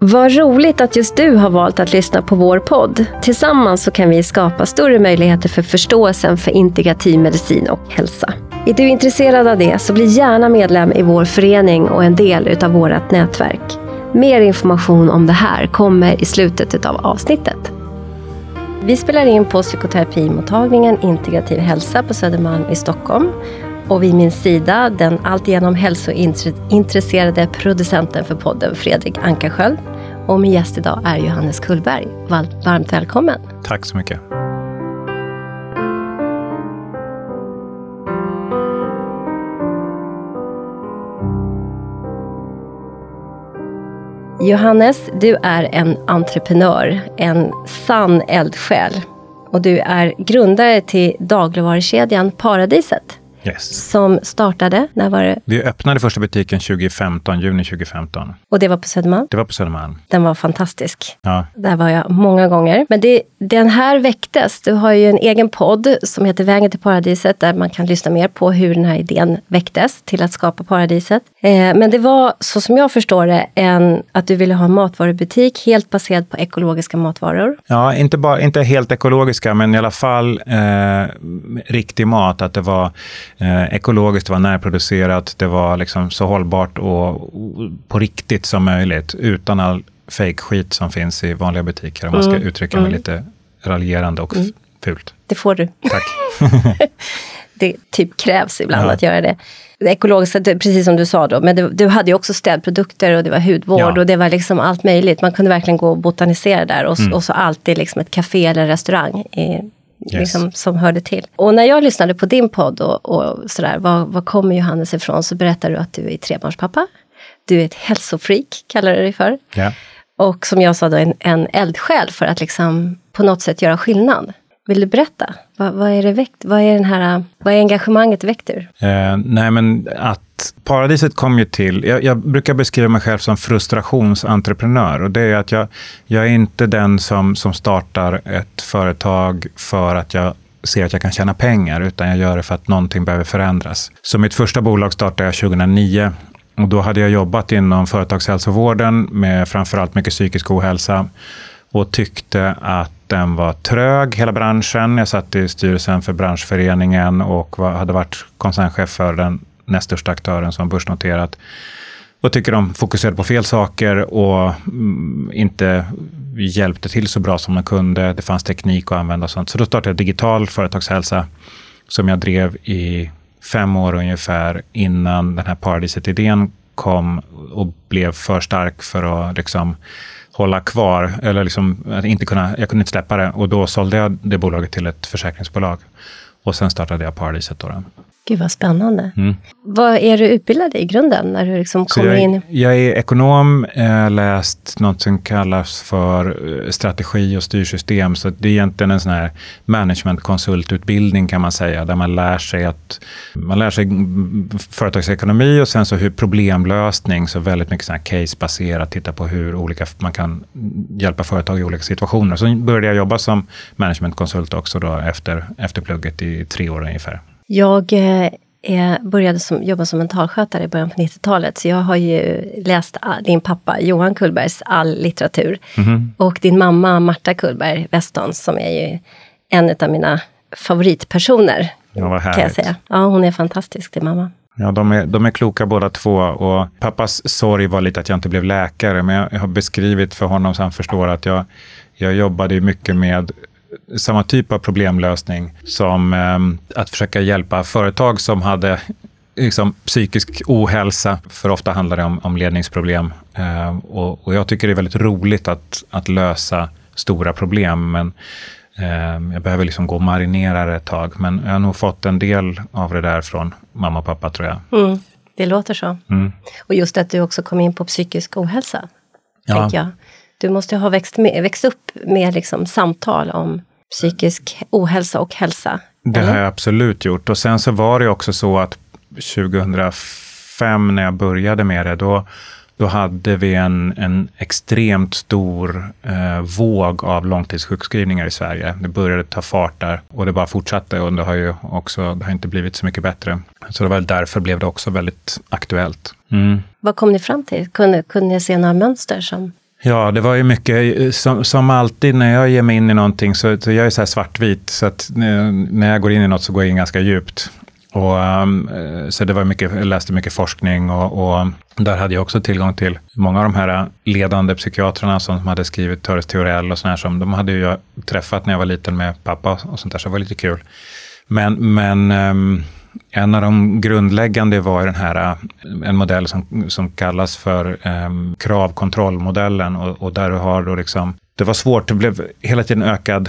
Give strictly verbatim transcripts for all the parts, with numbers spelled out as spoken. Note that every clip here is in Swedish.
Vad roligt att just du har valt att lyssna på vår podd. Tillsammans så kan vi skapa större möjligheter för förståelsen för integrativ medicin och hälsa. Är du intresserad av det så bli gärna medlem i vår förening och en del utav vårt nätverk. Mer information om det här kommer i slutet av avsnittet. Vi spelar in på psykoterapimottagningen Integrativ hälsa på Södermalm i Stockholm. Och vid min sida den alltigenom hälsointresserade producenten för podden Fredrik Ankarsköld. Och min gäst idag är Johannes Kullberg. Varmt välkommen. Tack så mycket. Johannes, du är en entreprenör, en sann eldsjäl. Och du är grundare till dagligvarukedjan Paradiset. Yes. Som startade, när var det? Vi öppnade första butiken tjugo femton, juni tjugo femton. Och det var på Södermalm? Det var på Södermalm. Den var fantastisk. Ja. Där var jag många gånger. Men det, den här väcktes. Du har ju en egen podd som heter Vägen till Paradiset. Där man kan lyssna mer på hur den här idén väcktes till att skapa Paradiset. Eh, men det var, så som jag förstår det, en, att du ville ha en matvarubutik helt baserad på ekologiska matvaror. Ja, inte, bara, inte helt ekologiska, men i alla fall eh, riktig mat. Att det var eh, ekologiskt, det var närproducerat, det var liksom så hållbart och, och på riktigt som möjligt. Utan all fake-skit som finns i vanliga butiker. Om man ska uttrycka mig mm. lite raljerande och mm. fult. Det får du. Tack. Det typ krävs ibland ja. att göra det. Det ekologiska, precis som du sa då. Men du, du hade ju också städprodukter och det var hudvård ja. och det var liksom allt möjligt. Man kunde verkligen gå och botanisera där. Och, mm. och så alltid liksom ett café eller restaurang i, yes. liksom, som hörde till. Och när jag lyssnade på din podd och, och sådär, vad, vad kommer Johannes ifrån, så berättar du att du är trebarnspappa. Du är ett hälsofreak, kallar du dig för. Ja. Och som jag sa då, en, en eldsjäl för att liksom på något sätt göra skillnad. Vill du berätta? Vad, vad är det väckt? Vad är den här, vad är engagemanget väckt ur? Eh, nej men att Paradiset kom ju till, jag, jag brukar beskriva mig själv som frustrationsentreprenör. Och det är att jag, jag är inte den som, som startar ett företag för att jag ser att jag kan tjäna pengar, utan jag gör det för att någonting behöver förändras. Så mitt första bolag startade jag tjugohundranio. Och då hade jag jobbat inom företagshälsovården med framförallt mycket psykisk ohälsa. Och tyckte att den var trög, hela branschen. Jag satt i styrelsen för branschföreningen och var, hade varit koncernchef för den näst största aktören som börsnoterat. Och tycker de fokuserade på fel saker och mm, inte hjälpte till så bra som de kunde. Det fanns teknik att använda och sånt. Så då startade jag digital företagshälsa som jag drev i fem år ungefär innan den här Paradiset-idén kom och blev för stark för att liksom hålla kvar, eller liksom att inte kunna, jag kunde inte släppa det, och då sålde jag det bolaget till ett försäkringsbolag och sen startade jag Paradiset då. Gud vad spännande. Mm. Vad är du utbildad i grunden när du liksom kommer jag, in? Jag är ekonom, jag läst något som kallas för strategi och styrsystem, så det är egentligen en sån här managementkonsultutbildning kan man säga, där man lär sig att man lär sig företagsekonomi och sen så hur problemlösning, så väldigt mycket sån här casebaserat, titta på hur olika man kan hjälpa företag i olika situationer. Så började jag jobba som managementkonsult också då efter, efter plugget i tre år ungefär. Jag eh, började som, jobba som mentalskötare i början på nittiotalet. Så jag har ju läst all, din pappa Johan Kullbergs all litteratur. Mm-hmm. Och din mamma Marta Kullberg Weston, som är ju en av mina favoritpersoner. Ja, vad härligt. Kan jag säga. Ja, hon är fantastisk, din mamma. Ja, de är, de är kloka båda två, och pappas sorg var lite att jag inte blev läkare. Men jag, jag har beskrivit för honom så han förstår att jag, jag jobbade mycket med samma typ av problemlösning som eh, att försöka hjälpa företag som hade liksom, psykisk ohälsa, för ofta handlar det om, om ledningsproblem. Eh, och, och jag tycker det är väldigt roligt att, att lösa stora problem, men eh, jag behöver liksom gå och marinera det ett tag. Men jag har nog fått en del av det där från mamma och pappa, tror jag. Mm, det låter så. Mm. Och just att du också kom in på psykisk ohälsa, ja. tänker jag. Du måste ha växt, med, växt upp med liksom samtal om psykisk ohälsa och hälsa. Det eller? Har jag absolut gjort. Och sen så var det också så att tjugohundrafem när jag började med det, då, då hade vi en, en extremt stor eh, våg av långtidssjukskrivningar i Sverige. Det började ta fart där och det bara fortsatte, och det har ju också det har inte blivit så mycket bättre. Så det var därför blev det också väldigt aktuellt. Mm. Vad kom ni fram till? Kunde, kunde ni se några mönster som... Ja, det var ju mycket, som, som alltid när jag ger mig in i någonting så, så jag är så här svartvit, så att när jag går in i något så går jag in ganska djupt. Och, um, så det var mycket, jag läste mycket forskning och, och där hade jag också tillgång till många av de här ledande psykiatrarna som hade skrivit Töres Theorell och såna här, som de hade ju jag träffat när jag var liten med pappa och sånt där, så det var lite kul. Men, men um, en av de grundläggande var ju den här, en modell som, som kallas för um, kravkontrollmodellen, och, och där du har då liksom, det var svårt, det blev hela tiden ökad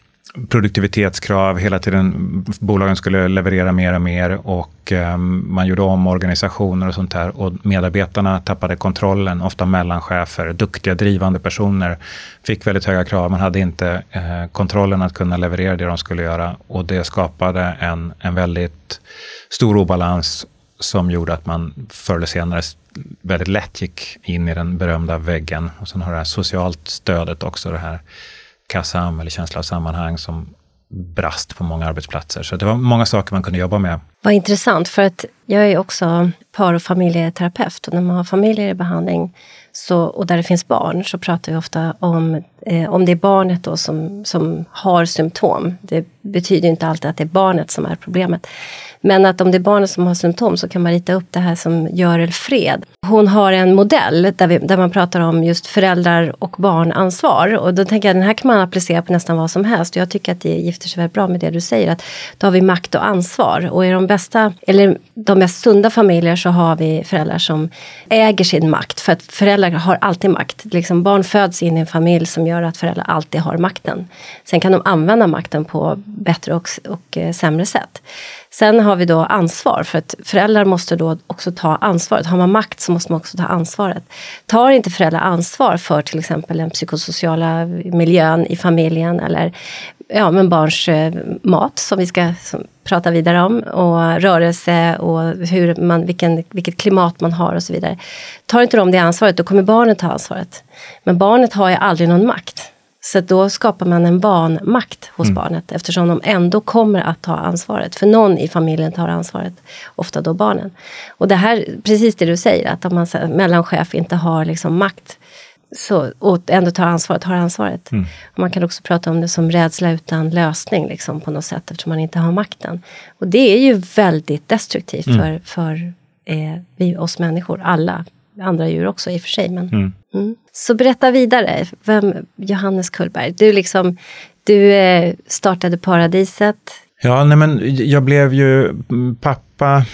produktivitetskrav, hela tiden bolagen skulle leverera mer och mer, och um, man gjorde om organisationer och sånt här, och medarbetarna tappade kontrollen, ofta mellanchefer, duktiga drivande personer fick väldigt höga krav, man hade inte eh, kontrollen att kunna leverera det de skulle göra, och det skapade en, en väldigt stor obalans som gjorde att man förr eller senare väldigt lätt gick in i den berömda väggen. Och sen har det här socialt stödet också, det här kassam eller känsla av sammanhang som brast på många arbetsplatser. Så det var många saker man kunde jobba med. Vad intressant, för att jag är också par- och familjeterapeut, och när man har familjer i behandling så, och där det finns barn, så pratar vi ofta om eh, om det är barnet då som, som har symptom. Det betyder inte alltid att det är barnet som är problemet. Men att om det är barnet som har symptom så kan man rita upp det här som Görel Fred. Hon har en modell där, vi, där man pratar om just föräldrar och barnansvar. Och då tänker jag att den här kan man applicera på nästan vad som helst. Och jag tycker att det gifter sig väldigt bra med det du säger. Att då har vi makt och ansvar. Och i de bästa, eller de mest sunda familjer så har vi föräldrar som äger sin makt. För att föräldrar har alltid makt. Liksom barn föds in i en familj som gör att föräldrar alltid har makten. Sen kan de använda makten på bättre och, och eh, sämre sätt. Sen har vi då ansvar, för att föräldrar måste då också ta ansvaret. Har man makt så måste man också ta ansvaret. Tar inte föräldrar ansvar för till exempel den psykosociala miljön i familjen, eller ja, men barns eh, mat som vi ska som, prata vidare om, och rörelse och hur man, vilken, vilket klimat man har och så vidare. Tar inte de det ansvaret, då kommer barnet ta ansvaret. Men barnet har ju aldrig någon makt. Så då skapar man en vanmakt hos mm. barnet, eftersom de ändå kommer att ta ansvaret. För någon i familjen tar ansvaret, ofta då barnen. Och det här, precis det du säger, att om man mellanchef inte har liksom makt så, och ändå tar ansvaret, har ansvaret. Mm. Och man kan också prata om det som rädsla utan lösning liksom, på något sätt, eftersom man inte har makten. Och det är ju väldigt destruktivt mm. för, för eh, vi, oss människor, alla. Andra djur också i och för sig. Men, mm. Mm. Så berätta vidare. Vem, Johannes Kullberg. Du, liksom, du eh, startade Paradiset. Ja, nej men jag blev ju pappa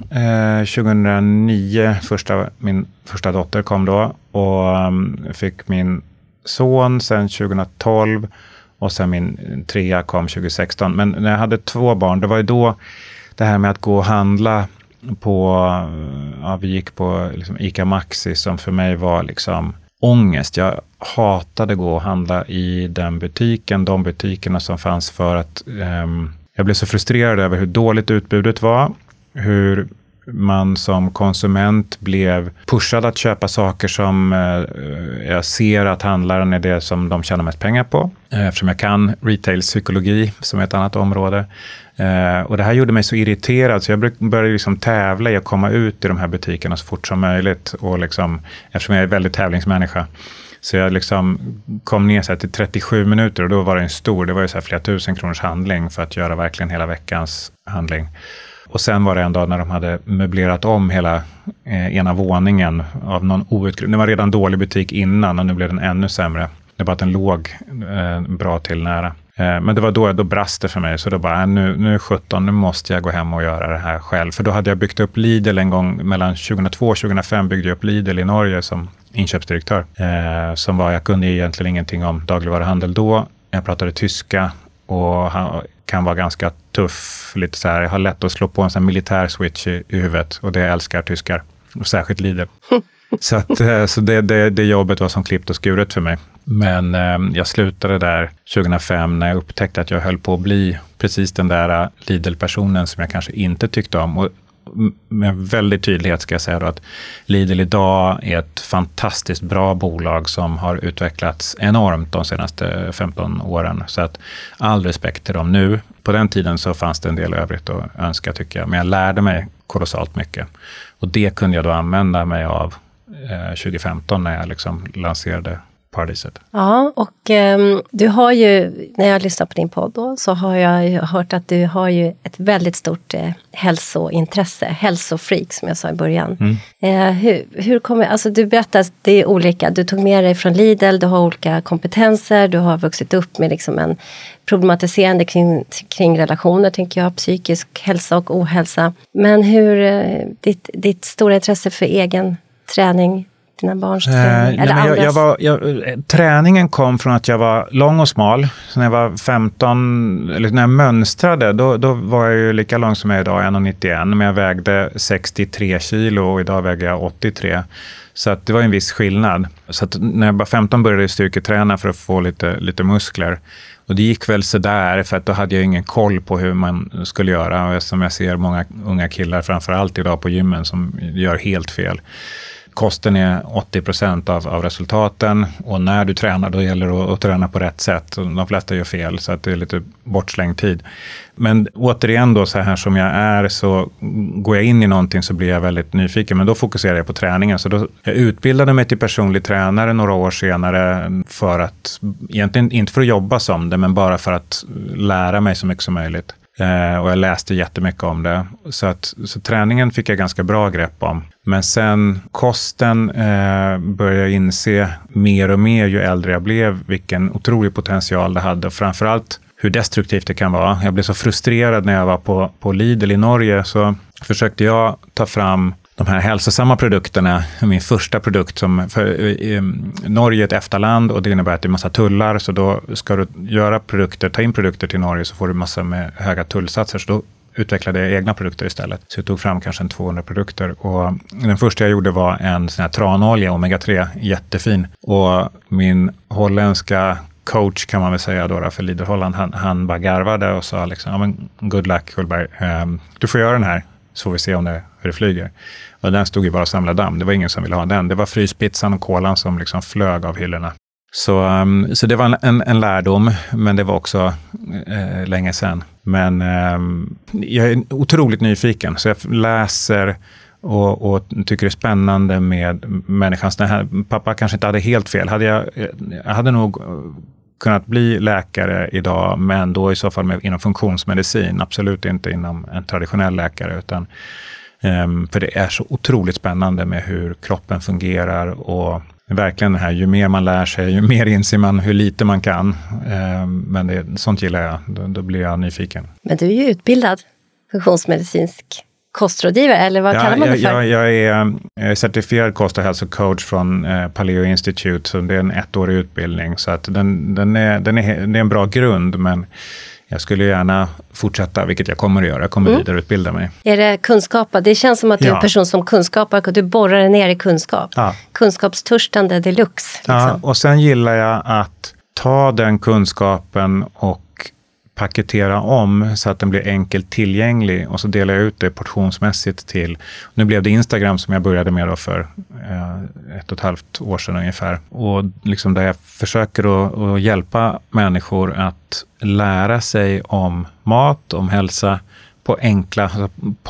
eh, tjugohundranio. Första, min första dotter kom då. Och um, fick min son sen tjugotolv. Och sen min trea kom tjugosexton. Men när jag hade två barn, det var ju då det här med att gå och handla på, ja, vi gick på liksom Ica Maxi, som för mig var liksom ångest. Jag hatade gå och handla i den butiken, de butikerna som fanns, för att um, jag blev så frustrerad över hur dåligt utbudet var, hur man som konsument blev pushad att köpa saker som eh, jag ser att handlaren är det som de tjänar mest pengar på. Eh, eftersom jag kan retail-psykologi som är ett annat område. Eh, och det här gjorde mig så irriterad, så jag började liksom tävla i att komma ut i de här butikerna så fort som möjligt. Och liksom, eftersom jag är väldigt tävlingsmänniska. Så jag liksom kom ner så här till trettiosju minuter, och då var det en stor, det var ju så här flera tusen kronors handling för att göra verkligen hela veckans handling. Och sen var det en dag när de hade möblerat om hela eh, ena våningen av någon outgrund. Det var redan dålig butik innan, och nu blev den ännu sämre. Det var att den låg eh, bra till nära. Eh, men det var då, då brast det för mig. Så då bara, äh, nu, nu är sjutton, nu måste jag gå hem och göra det här själv. För då hade jag byggt upp Lidl en gång, mellan tjugohundratvå och tjugofem byggde jag upp Lidl i Norge som inköpsdirektör. Eh, som var, jag kunde egentligen ingenting om dagligvaruhandel då. Jag pratade tyska. Och han kan vara ganska tuff, lite så här, jag har lätt att slå på en sån militär switch i, i huvudet, och det älskar tyskar, och särskilt Lidl. så att, så det, det, det jobbet var som klippt och skuret för mig. Men eh, jag slutade där tjugofem när jag upptäckte att jag höll på att bli precis den där Lidl-personen som jag kanske inte tyckte om. Och med väldigt tydlighet ska jag säga då att Lidl idag är ett fantastiskt bra bolag som har utvecklats enormt de senaste femton åren. Så att all respekt till dem nu. På den tiden så fanns det en del övrigt att önska, tycker jag. Men jag lärde mig kolossalt mycket. Och det kunde jag då använda mig av eh, tjugofemton när jag liksom lanserade Paradiset. Ja, och um, du har ju, när jag lyssnar på din podd då, så har jag ju hört att du har ju ett väldigt stort eh, hälsointresse, hälsofreak som jag sa i början. Mm. Eh, hur, hur kommer, alltså du berättar att det är olika, du tog med dig från Lidl, du har olika kompetenser, du har vuxit upp med liksom en problematiserande kring, kring relationer, tänker jag, psykisk hälsa och ohälsa. Men hur, eh, ditt, ditt stora intresse för egen träning, dina barns träning? Eh, eller nej, andras? jag, jag var, jag, träningen kom från att jag var lång och smal. Så när jag var femton, eller när jag mönstrade, då, då var jag ju lika lång som jag är idag, en komma nittioen. Men jag vägde sextiotre kilo och idag väger jag åttiotre. Så att det var en viss skillnad. Så att när jag var femton började jag styrketräna för att få lite, lite muskler. Och det gick väl så där, för att då hade jag ingen koll på hur man skulle göra. Och som jag ser många unga killar, framförallt idag på gymmen, som gör helt fel. Kosten är åttio procent av, av resultaten, och när du tränar då gäller det att, att träna på rätt sätt. De flesta gör fel, så att det är lite bortslängd tid. Men återigen då, så här som jag är, så går jag in i någonting så blir jag väldigt nyfiken. Men då fokuserar jag på träningen. Så då, jag utbildade mig till personlig tränare några år senare, för att, egentligen inte för att jobba som det, men bara för att lära mig så mycket som möjligt. Eh, och jag läste jättemycket om det. Så, att, så träningen fick jag ganska bra grepp om. Men sen kosten eh, började jag inse mer och mer ju äldre jag blev, vilken otrolig potential det hade. Och framförallt hur destruktivt det kan vara. Jag blev så frustrerad när jag var på, på Lidl i Norge, så försökte jag ta fram de här hälsosamma produkterna. Min första produkt, som för i, i, Norge är ett EFTA-land, och det innebär att det är massa tullar, så då ska du göra produkter, ta in produkter till Norge, så får du massa med höga tullsatser, så då utvecklade jag egna produkter istället. Så jag tog fram kanske en tvåhundra produkter, och den första jag gjorde var en sån här tranolja, omega tre, jättefin. Och min holländska coach, kan man väl säga då, för Lidl Holland, han, han bara garvade och sa liksom, ja men good luck Kullberg, um, du får göra den här, så får vi se om det, hur det flyger. Och den stod ju bara och samlade damm. Det var ingen som ville ha den. Det var fryspizzan och kolan som liksom flög av hyllorna. Så, um, så det var en, en lärdom, men det var också eh, länge sedan. Men eh, jag är otroligt nyfiken, så jag läser och, och tycker det är spännande med människans... Den här, pappa kanske inte hade helt fel. Hade jag, jag hade nog kunnat bli läkare idag, men då i så fall med, inom funktionsmedicin. Absolut inte inom en traditionell läkare, utan um, för det är så otroligt spännande med hur kroppen fungerar, och verkligen det här, ju mer man lär sig, ju mer inser man hur lite man kan. Um, men det, sånt gillar jag, då, då blir jag nyfiken. Men du är ju utbildad funktionsmedicinsk kostrådgivare, eller vad ja, kallar man det för? Jag, jag, är, jag är certifierad kost- och hälsocoach från eh, Paleo Institute, så det är en ettårig utbildning. Så att den, den, är, den är, det är en bra grund, men jag skulle gärna fortsätta, vilket jag kommer att göra. Jag kommer mm. vidareutbilda mig. Är det kunskap? Det känns som att du ja. är en person som kunskapar, du borrar ner i kunskap. Ja. Kunskapstörstande deluxe. Liksom. Ja, och sen gillar jag att ta den kunskapen och paketera om så att den blir enkelt tillgänglig, och så delar jag ut det portionsmässigt till. Nu blev det Instagram som jag började med då för eh, ett och ett halvt år sedan ungefär. Och liksom där jag försöker att, att hjälpa människor att lära sig om mat, om hälsa på enkla, alltså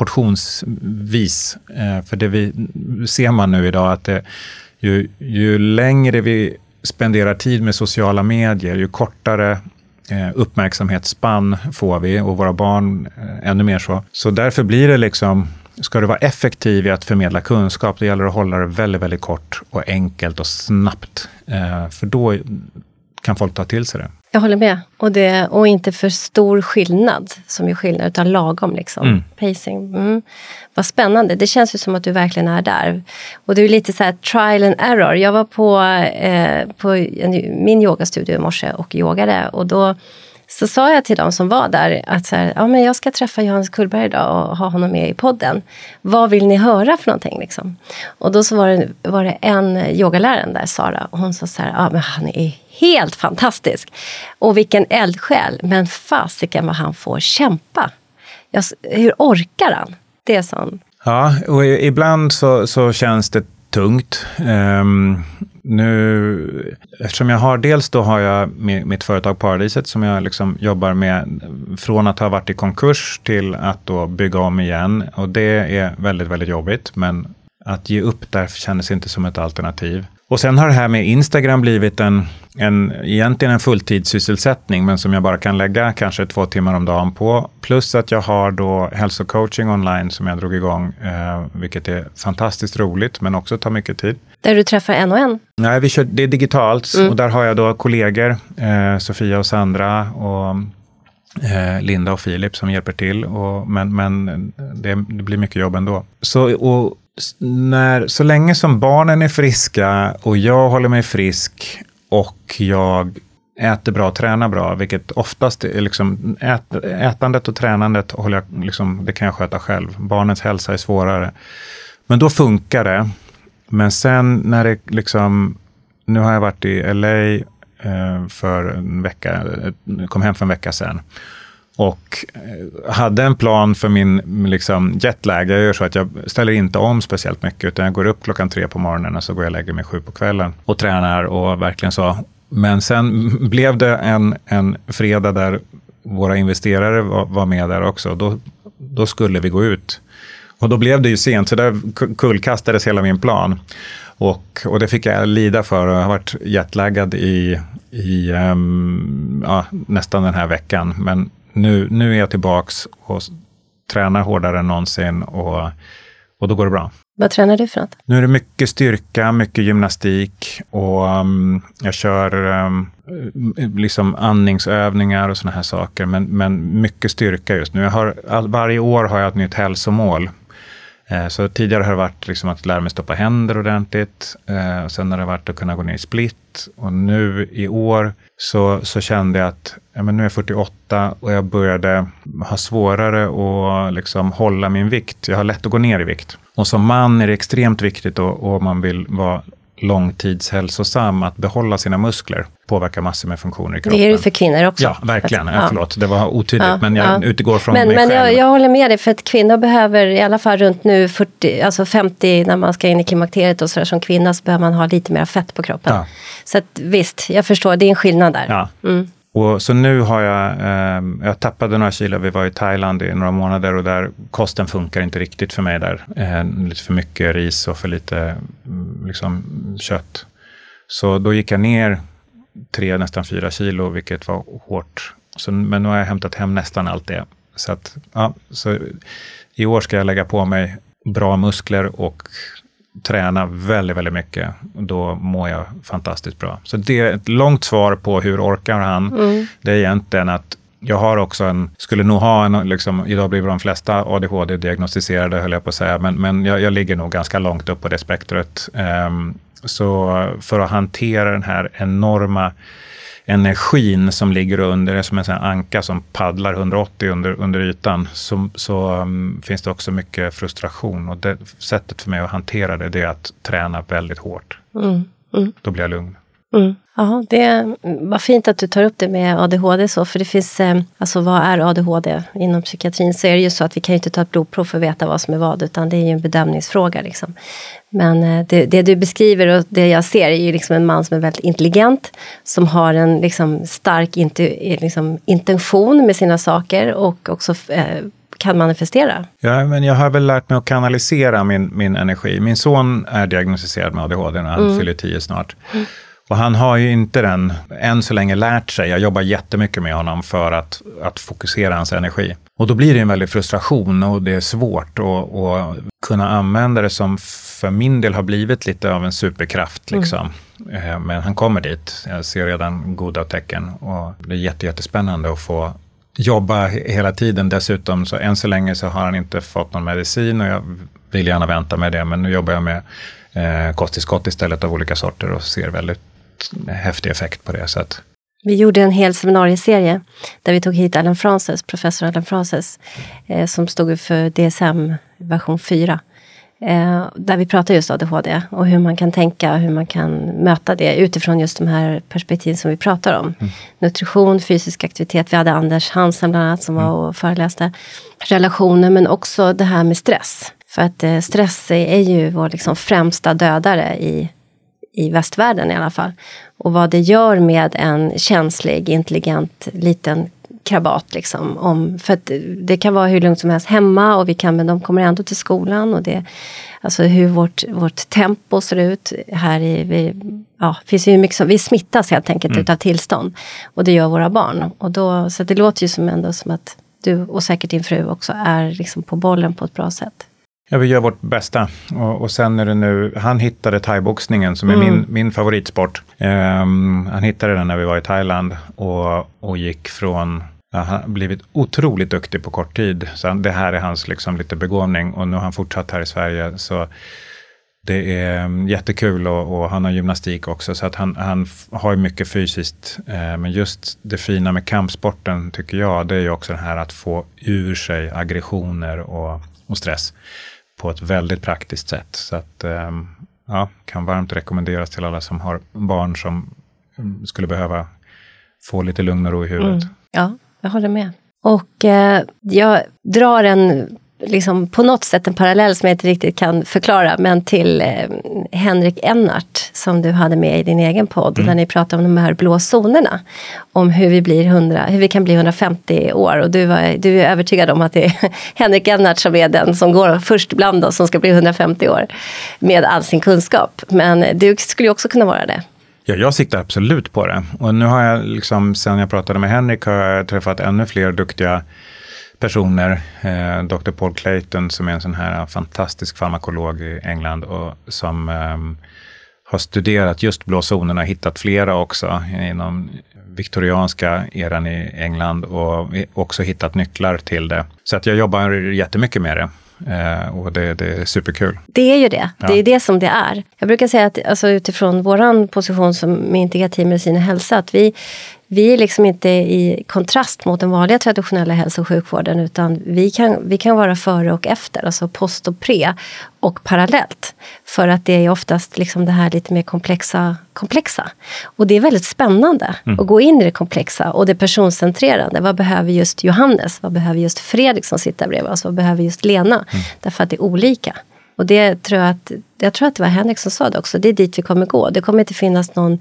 portionsvis. Eh, för det vi ser man nu idag, att det, ju, ju längre vi spenderar tid med sociala medier, ju kortare uppmärksamhetsspann får vi, och våra barn ännu mer så. Så därför blir det liksom, ska du vara effektiv i att förmedla kunskap, det gäller att hålla det väldigt, väldigt kort och enkelt och snabbt. För då kan folk ta till sig det. Jag håller med. Och, det, och inte för stor skillnad som är skillnad, utan lagom liksom. Mm. Pacing. Mm. Vad spännande. Det känns ju som att du verkligen är där. Och det är lite så här trial and error. Jag var på, eh, på en, min yogastudio i morse och yogade. Och då så sa jag till dem som var där att så här, ja, men jag ska träffa Johannes Kullberg idag och ha honom med i podden. Vad vill ni höra för någonting liksom? Och då så var det, var det en yogalärare där, Sara. Och hon sa så här, ja men han är helt fantastisk. Och vilken eldsjäl. Men fasiken vad han får kämpa. Jag, hur orkar han? Det är sån. Ja, och ibland så, så känns det tungt. Um, nu, eftersom jag har, dels då har jag mitt företag Paradiset som jag liksom jobbar med från att ha varit i konkurs till att då bygga om igen. Och det är väldigt, väldigt jobbigt, men att ge upp där kändes inte som ett alternativ. Och sen har det här med Instagram blivit en, en, egentligen en fulltidssysselsättning, men som jag bara kan lägga kanske två timmar om dagen på. Plus att jag har då hälsocoaching online som jag drog igång, eh, vilket är fantastiskt roligt, men också tar mycket tid. Där du träffar en och en? Nej, vi kör, det är digitalt mm. och där har jag då kollegor, eh, Sofia och Sandra och eh, Linda och Filip som hjälper till. Och, men men det, det blir mycket jobb ändå. Så, och när, så länge som barnen är friska och jag håller mig frisk och jag äter bra, tränar bra, vilket oftast är liksom ät, ätandet och tränandet håller jag, liksom, det kan jag sköta själv. Barnens hälsa är svårare. Men då funkar det. Men sen när det liksom, nu har jag varit i L A eh, för en vecka, kom hem för en vecka sedan. Och hade en plan för min liksom, jetlag. Jag gör så att jag ställer inte om speciellt mycket, utan jag går upp klockan tre på morgonen och så går jag och lägger mig sju på kvällen och tränar och verkligen så. Men sen blev det en, en fredag där våra investerare var, var med där också. Då, då skulle vi gå ut. Och då blev det ju sent, så där kullkastades hela min plan. Och, och det fick jag lida för. Jag har varit jetlaggad i, i um, ja, nästan den här veckan. Men nu, nu är jag tillbaks och tränar hårdare än någonsin och, och då går det bra. Vad tränar du för något? Nu är det mycket styrka, mycket gymnastik och um, jag kör um, liksom andningsövningar och såna här saker. Men, men mycket styrka just nu. Jag har, all, varje år har jag ett nytt hälsomål. Eh, så tidigare har det varit liksom att lära mig stoppa händer ordentligt. Eh, sen har det varit att kunna gå ner i split. Och nu i år så, så kände jag att ja, men nu är jag fyrtioåtta och jag började ha svårare att liksom hålla min vikt. Jag har lätt att gå ner i vikt. Och som man är det extremt viktigt och, och man vill vara långtidshälsosam att behålla sina muskler. Påverkar massor med funktioner i kroppen. Det är det för kvinnor också. Ja, verkligen. Ja. Förlåt, det var otydligt, ja, men jag ja. utgår från men, mig men själv. Men jag, jag håller med dig, för att kvinnor behöver i alla fall runt nu fyrtio, alltså femtio när man ska in i klimakteriet och sådär som kvinna, så behöver man ha lite mer fett på kroppen. Ja. Så att, visst, jag förstår, det är en skillnad där. Ja. Mm. Och så nu har jag, eh, jag tappade några kilo, vi var i Thailand i några månader och där kosten funkar inte riktigt för mig där. Eh, lite för mycket ris och för lite liksom, kött. Så då gick jag ner tre, nästan fyra kilo, vilket var hårt. Så, men nu har jag hämtat hem nästan allt det. Så, att, ja, så i år ska jag lägga på mig bra muskler och träna väldigt, väldigt mycket. Då mår jag fantastiskt bra. Så det är ett långt svar på hur orkar han. Mm. Det är egentligen att jag har också en, skulle nog ha en, liksom, idag blir de flesta A D H D-diagnostiserade höll jag på att säga, men, men jag, jag ligger nog ganska långt upp på det spektret. Um, så för att hantera den här enorma energin som ligger under, det är som en sån här anka som paddlar hundraåttio under, under ytan, så, så um, finns det också mycket frustration. Och det sättet för mig att hantera det, det är att träna väldigt hårt. Mm. Mm. Då blir jag lugn. Mm. Ja, det var fint att du tar upp det med A D H D så, för det finns, alltså vad är A D H D inom psykiatrin, så är det ju så att vi kan ju inte ta ett blodprov för att veta vad som är vad, utan det är ju en bedömningsfråga liksom. Men det, det du beskriver och det jag ser är ju liksom en man som är väldigt intelligent, som har en liksom stark inte, liksom, intention med sina saker och också eh, kan manifestera. Ja, men jag har väl lärt mig att kanalisera min, min energi. Min son är diagnostiserad med A D H D när han mm. fyller tio snart. Mm. Och han har ju inte den, än så länge, lärt sig. Jag jobbar jättemycket med honom för att, att fokusera hans energi. Och då blir det en väldig frustration och det är svårt att, att kunna använda det som för min del har blivit lite av en superkraft. Liksom. Mm. Men han kommer dit. Jag ser redan goda tecken och det är jätte, jättespännande att få jobba hela tiden. Dessutom så än så länge så har han inte fått någon medicin och jag vill gärna vänta med det. Men nu jobbar jag med eh, kosttillskott istället av olika sorter och ser väldigt häftig effekt på det. Så att. Vi gjorde en hel seminarieserie där vi tog hit Allen Frances, professor Allen Frances, eh, som stod för D S M version fyra. Eh, där vi pratade just A D H D och hur man kan tänka, hur man kan möta det utifrån just de här perspektiven som vi pratar om. Mm. Nutrition, fysisk aktivitet. Vi hade Anders Hansen bland annat som mm. var och föreläste. Relationer, men också det här med stress. För att eh, stress är, är ju vår liksom främsta dödare i i västvärlden i alla fall. Och vad det gör med en känslig, intelligent, liten krabat liksom. Om, för att det kan vara hur lugnt som helst hemma och vi kan, men de kommer ändå till skolan. Och det, alltså hur vårt, vårt tempo ser ut här i... Vi, ja, finns ju mycket som, vi smittas helt enkelt mm. utav tillstånd. Och det gör våra barn. Och då, så det låter ju som ändå som att du och säkert din fru också är liksom på bollen på ett bra sätt. Ja, vi gör vårt bästa. Och, och sen är det nu, han hittade thaiboxningen som är mm. min, min favoritsport. Um, han hittade den när vi var i Thailand och, och gick från, ja, han har blivit otroligt duktig på kort tid. Så det här är hans liksom lite begåvning och nu har han fortsatt här i Sverige. Så det är jättekul och, och han har gymnastik också så att han, han har ju mycket fysiskt. Eh, men just det fina med kampsporten tycker jag, det är ju också det här att få ur sig aggressioner och, och stress på ett väldigt praktiskt sätt. Så att eh, ja, kan varmt rekommenderas till alla som har barn som skulle behöva få lite lugn och ro i huvudet. Mm. Ja, jag håller med. Och eh, jag drar en liksom på något sätt en parallell som jag inte riktigt kan förklara, men till eh, Henrik Ennart som du hade med i din egen podd mm. där ni pratade om de här blå zonerna, om hur vi blir hundra, hur vi kan bli hundrafemtio år och du, var, du är övertygad om att det är Henrik Ennart som är den som går först bland oss som ska bli hundrafemtio år med all sin kunskap, men du skulle ju också kunna vara det. Ja, jag siktar absolut på det och nu har jag liksom, sen jag pratade med Henrik har jag träffat ännu fler duktiga personer, eh, doktor Paul Clayton som är en sån här fantastisk farmakolog i England och som eh, har studerat just blå zonerna och hittat flera också inom viktorianska eran i England och också hittat nycklar till det. Så att jag jobbar jättemycket med det. Eh, och det, det är superkul. Det är ju det. Ja. Det är det som det är. Jag brukar säga att alltså, utifrån våran position som med integrativ medicin och hälsa, att vi, vi är liksom inte i kontrast mot den vanliga traditionella hälso- och sjukvården, utan vi kan, vi kan vara före och efter, alltså post och pre och parallellt. För att det är oftast liksom det här lite mer komplexa, komplexa. Och det är väldigt spännande mm. att gå in i det komplexa och det personcentrerande. Vad behöver just Johannes? Vad behöver just Fredrik som sitter bredvid oss? Vad behöver just Lena? Mm. Därför att det är olika. Och det tror jag att, jag tror att det var Henrik som sa det också. Det är dit vi kommer gå. Det kommer inte finnas någon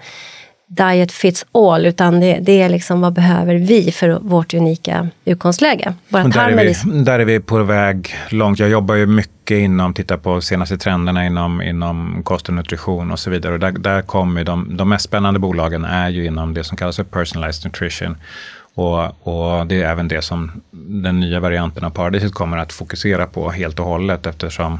diet fits all, utan det, det är liksom vad behöver vi för vårt unika utgångsläge. Bara där, är vi, där är vi på väg långt. Jag jobbar ju mycket inom, titta på senaste trenderna inom, inom kost och nutrition och så vidare. Och där, där kommer de, de mest spännande bolagen är ju inom det som kallas för personalized nutrition. Och, och det är även det som den nya varianten av Paradiset kommer att fokusera på helt och hållet, eftersom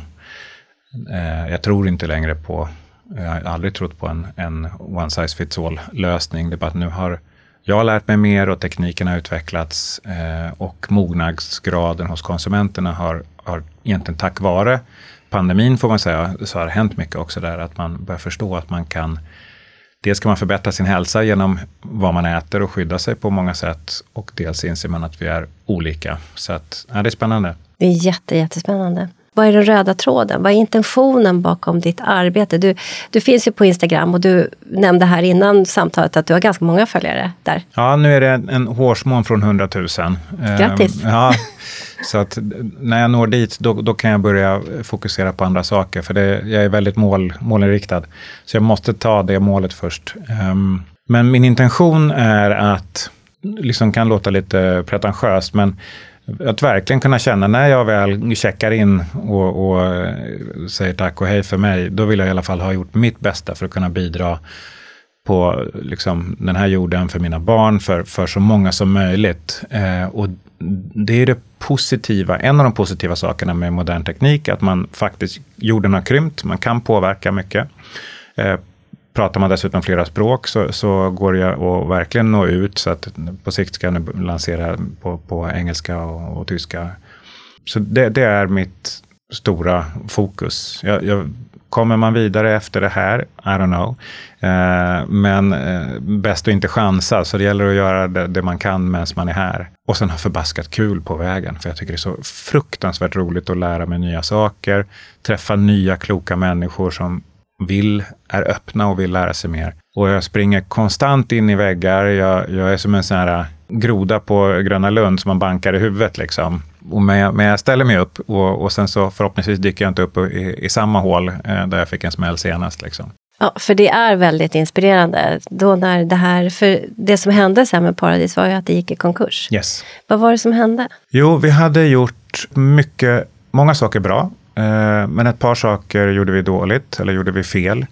eh, jag tror inte längre på, jag har aldrig trott på en, en one size fits all lösning. Det är bara att nu har jag lärt mig mer och tekniken har utvecklats eh, och mognadsgraden hos konsumenterna har, har egentligen tack vare pandemin får man säga, så har det hänt mycket också där, att man börjar förstå att man kan, dels kan man förbättra sin hälsa genom vad man äter och skydda sig på många sätt, och dels inser man att vi är olika. Så att, ja, det är spännande. Det är jätte, jättespännande. Vad är den röda tråden? Vad är intentionen bakom ditt arbete? Du, du finns ju på Instagram och du nämnde här innan samtalet att du har ganska många följare där. Ja, nu är det en, en hårsmån från hundratusen. Grattis! Ehm, ja, så att när jag når dit då, då kan jag börja fokusera på andra saker. För det, jag är väldigt mål, målinriktad. Så jag måste ta det målet först. Ehm, men min intention är att, liksom kan låta lite pretentiöst, men att verkligen kunna känna när jag väl checkar in och, och säger tack och hej för mig, då vill jag i alla fall ha gjort mitt bästa för att kunna bidra på liksom, den här jorden för mina barn, för, för så många som möjligt. Eh, och det är det positiva, en av de positiva sakerna med modern teknik, att man faktiskt, jorden har krympt, man kan påverka mycket. Eh, Pratar man dessutom flera språk så, så går jag att verkligen nå ut, så att på sikt ska jag lansera på, på engelska och, och tyska. Så det, det är mitt stora fokus. Jag, jag, kommer man vidare efter det här? I don't know. Eh, men eh, bäst att inte chansa, så det gäller att göra det, det man kan medan man är här. Och sen ha förbaskat kul på vägen, för jag tycker det är så fruktansvärt roligt att lära mig nya saker, träffa nya kloka människor som vill, är öppna och vill lära sig mer. Och jag springer konstant in i väggar. Jag, jag är som en sån här groda på Gröna Lund som man bankar i huvudet liksom. Och med, med jag ställer mig upp och, och sen så förhoppningsvis dyker jag inte upp i, i samma hål eh, där jag fick en smäll senast liksom. Ja, för det är väldigt inspirerande. Då när det här, för det som hände sen med Paradis var ju att det gick i konkurs. Yes. Vad var det som hände? Jo, vi hade gjort mycket, många saker bra. Eh, men ett par saker gjorde vi dåligt eller gjorde vi fel.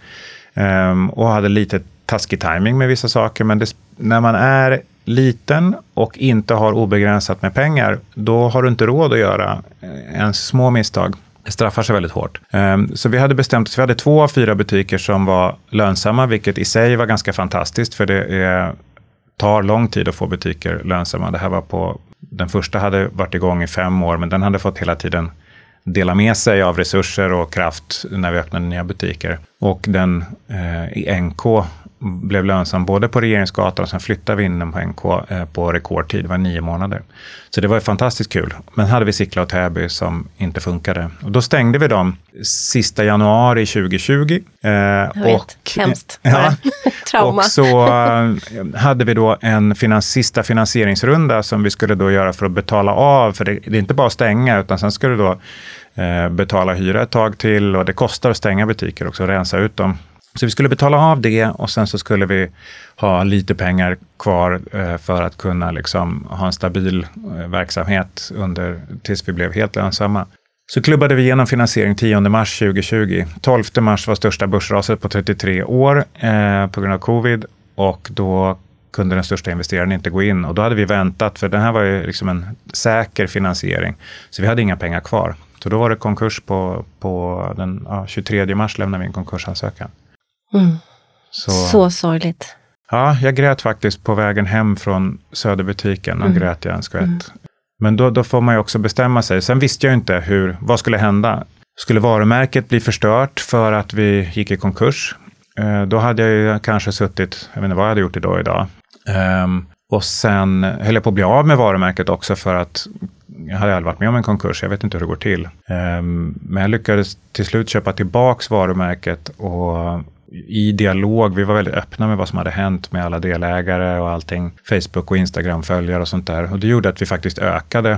Eh, och hade lite taskig timing med vissa saker. Men det, när man är liten och inte har obegränsat med pengar, då har du inte råd att göra ens små misstag. Det straffar sig väldigt hårt. Så vi hade bestämt oss, vi hade två av fyra butiker som var lönsamma, vilket i sig var ganska fantastiskt, för det är, tar lång tid att få butiker lönsamma. Det här var på, den första hade varit igång i fem år, men den hade fått hela tiden dela med sig av resurser och kraft när vi öppnade nya butiker. Och den eh, i N K blev lönsam både på Regeringsgatan och sen flyttade vi in den på N K eh, på rekordtid, det var nio månader. Så det var ju fantastiskt kul. Men hade vi Sickla och Täby som inte funkade. Och då stängde vi dem sista januari tjugohundratjugo. Eh, Jag vet, och, hemskt. Ja, Trauma. och så eh, hade vi då en finans, sista finansieringsrunda som vi skulle då göra för att betala av. För det, det är inte bara att stänga, utan sen skulle då eh, betala hyra ett tag till. Och det kostar att stänga butiker också, rensa ut dem. Så vi skulle betala av det och sen så skulle vi ha lite pengar kvar eh, för att kunna liksom ha en stabil eh, verksamhet under, tills vi blev helt lönsamma. Så klubbade vi igenom finansiering tionde mars tjugotjugo. tolfte mars var största börsraset på trettiotre år eh, på grund av covid, och då kunde den största investeraren inte gå in. Och då hade vi väntat, för den här var ju liksom en säker finansiering. Så vi hade inga pengar kvar. Så då var det konkurs på, på den ja, tjugotredje mars lämnade vi en konkursansökan. Mm. Så, Så sorgligt. Ja, jag grät faktiskt på vägen hem från Söderbutiken och mm. grät jag en skvätt. Mm. Men då, då får man ju också bestämma sig. Sen visste jag inte hur, vad skulle hända. Skulle varumärket bli förstört för att vi gick i konkurs? Eh, då hade jag ju kanske suttit, jag vet inte vad jag hade gjort idag idag. Um, och sen höll jag på att bli av med varumärket också, för att jag hade aldrig varit med om en konkurs. Jag vet inte hur det går till. Um, men jag lyckades till slut köpa tillbaks varumärket, och i dialog, vi var väldigt öppna med vad som hade hänt med alla delägare och allting. Facebook och Instagram-följare och sånt där. Och det gjorde att vi faktiskt ökade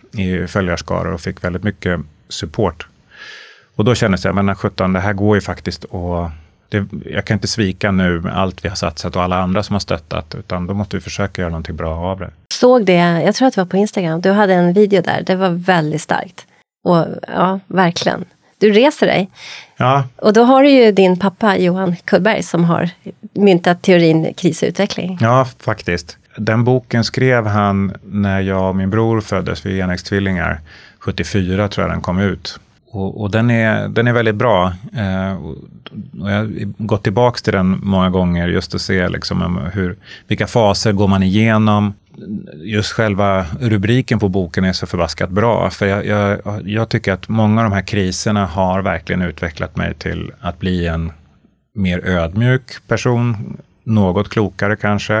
i följarskaror och fick väldigt mycket support. Och då kändes jag, men sjutton, det här går ju faktiskt och det, jag kan inte svika nu med allt vi har satsat och alla andra som har stöttat, utan då måste vi försöka göra någonting bra av det. Såg det, jag tror att det var på Instagram, du hade en video där, det var väldigt starkt. Och ja, verkligen. Du reser dig. Ja. Och då har du ju din pappa Johan Kullberg som har myntat teorin krisutveckling. Ja, faktiskt. Den boken skrev han när jag och min bror föddes, vi är enäggstvillingar. sjuttiofyra tror jag den kom ut. Och, och den, är, den är väldigt bra. Eh, och, och jag har gått tillbaka till den många gånger just att se liksom hur, vilka faser går man igenom. Just själva rubriken på boken är så förbaskat bra. För jag, jag, jag tycker att många av de här kriserna har verkligen utvecklat mig till att bli en mer ödmjuk person. Något klokare kanske.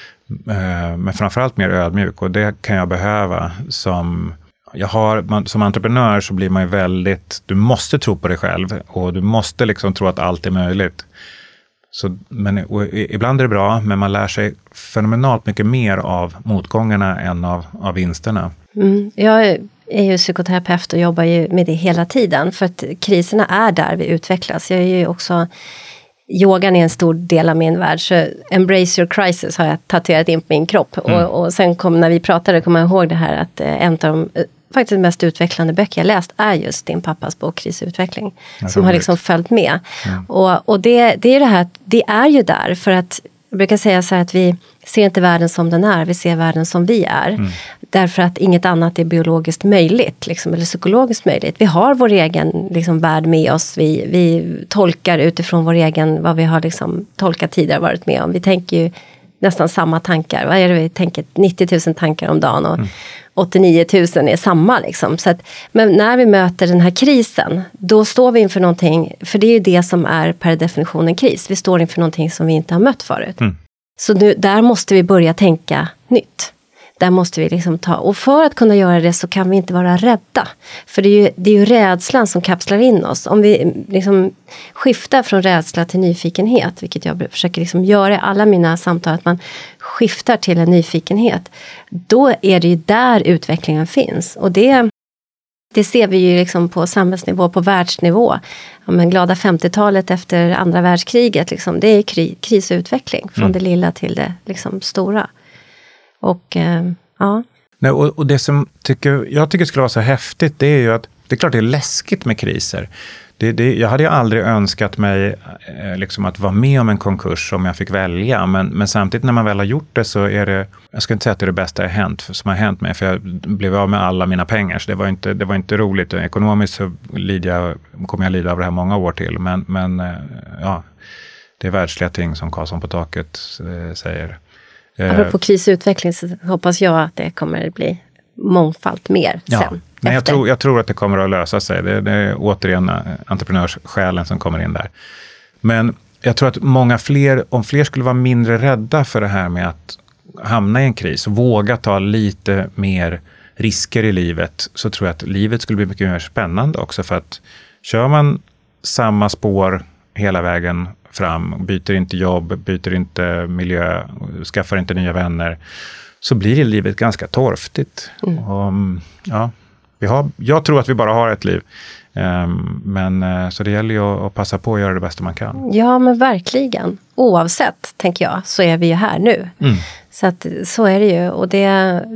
Eh, men framförallt mer ödmjuk. Och det kan jag behöva som... Jag har, man, som entreprenör så blir man ju väldigt, du måste tro på dig själv och du måste liksom tro att allt är möjligt. Så, men och, ibland är det bra, men man lär sig fenomenalt mycket mer av motgångarna än av, av vinsterna. Mm, jag är ju psykoterapeut och jobbar ju med det hela tiden, för att kriserna är där vi utvecklas. Jag är ju också, yogan är en stor del av min värld, så embrace your crisis har jag tatuerat in på min kropp. Mm. Och, och sen kom, när vi pratade kommer jag ihåg det här att en av de faktiskt mest utvecklande böcker jag läst är just din pappas bok Krisutveckling. Ja, som har liksom följt med. Mm. Och, och det, det är det här, det är ju där för att, jag brukar säga så här att vi ser inte världen som den är, vi ser världen som vi är. Mm. Därför att inget annat är biologiskt möjligt, liksom, eller psykologiskt möjligt. Vi har vår egen liksom, värld med oss, vi, vi tolkar utifrån vår egen, vad vi har liksom, tolkat tidigare varit med om. Vi tänker ju nästan samma tankar, vad är det vi tänker? nittio tusen tankar om dagen och mm. åttionio tusen är samma liksom. Så att, men när vi möter den här krisen, då står vi inför någonting, för det är ju det som är per definition en kris. Vi står inför någonting som vi inte har mött förut. Mm. Så nu, där måste vi börja tänka nytt. Där måste vi liksom ta, och för att kunna göra det så kan vi inte vara rädda. För det är ju, det är ju rädslan som kapslar in oss. Om vi liksom skiftar från rädsla till nyfikenhet, vilket jag försöker liksom göra i alla mina samtal, att man skiftar till en nyfikenhet, då är det ju där utvecklingen finns. Och det, Det ser vi ju liksom på samhällsnivå, på världsnivå. Ja, men glada femtiotalet efter andra världskriget, liksom, det är kri- krisutveckling. Från mm. det lilla till det liksom, stora. Och eh, ja... Nej, och, och det som tycker, jag tycker skulle vara så häftigt, det är ju att det är klart det är läskigt med kriser. Det, det, jag hade ju aldrig önskat mig eh, liksom att vara med om en konkurs om jag fick välja. Men, men samtidigt när man väl har gjort det så är det, jag ska inte säga att det är det bästa jag hänt, som har hänt mig. För jag blev av med alla mina pengar, så det var inte, det var inte roligt. Ekonomiskt så lider jag, kommer jag lida av det här många år till. Men, men eh, ja, det är världsliga ting som Karlsson på taket eh, säger. Apropå krisutveckling så hoppas jag att det kommer att bli mångfalt mer ja. sen. Nej, jag, tror, jag tror att det kommer att lösa sig. Det, det är återigen entreprenörssjälen som kommer in där. Men jag tror att många fler, om fler skulle vara mindre rädda för det här med att hamna i en kris och våga ta lite mer risker i livet, så tror jag att livet skulle bli mycket mer spännande också. För att kör man samma spår hela vägen fram, byter inte jobb, byter inte miljö, skaffar inte nya vänner, så blir livet ganska torftigt. Mm. Och, ja, vi har, jag tror att vi bara har ett liv. Um, men så det gäller ju att, att passa på att göra det bästa man kan. Ja, men verkligen. Oavsett, tänker jag, så är vi ju här nu. Mm. Så att, så är det ju. Och det,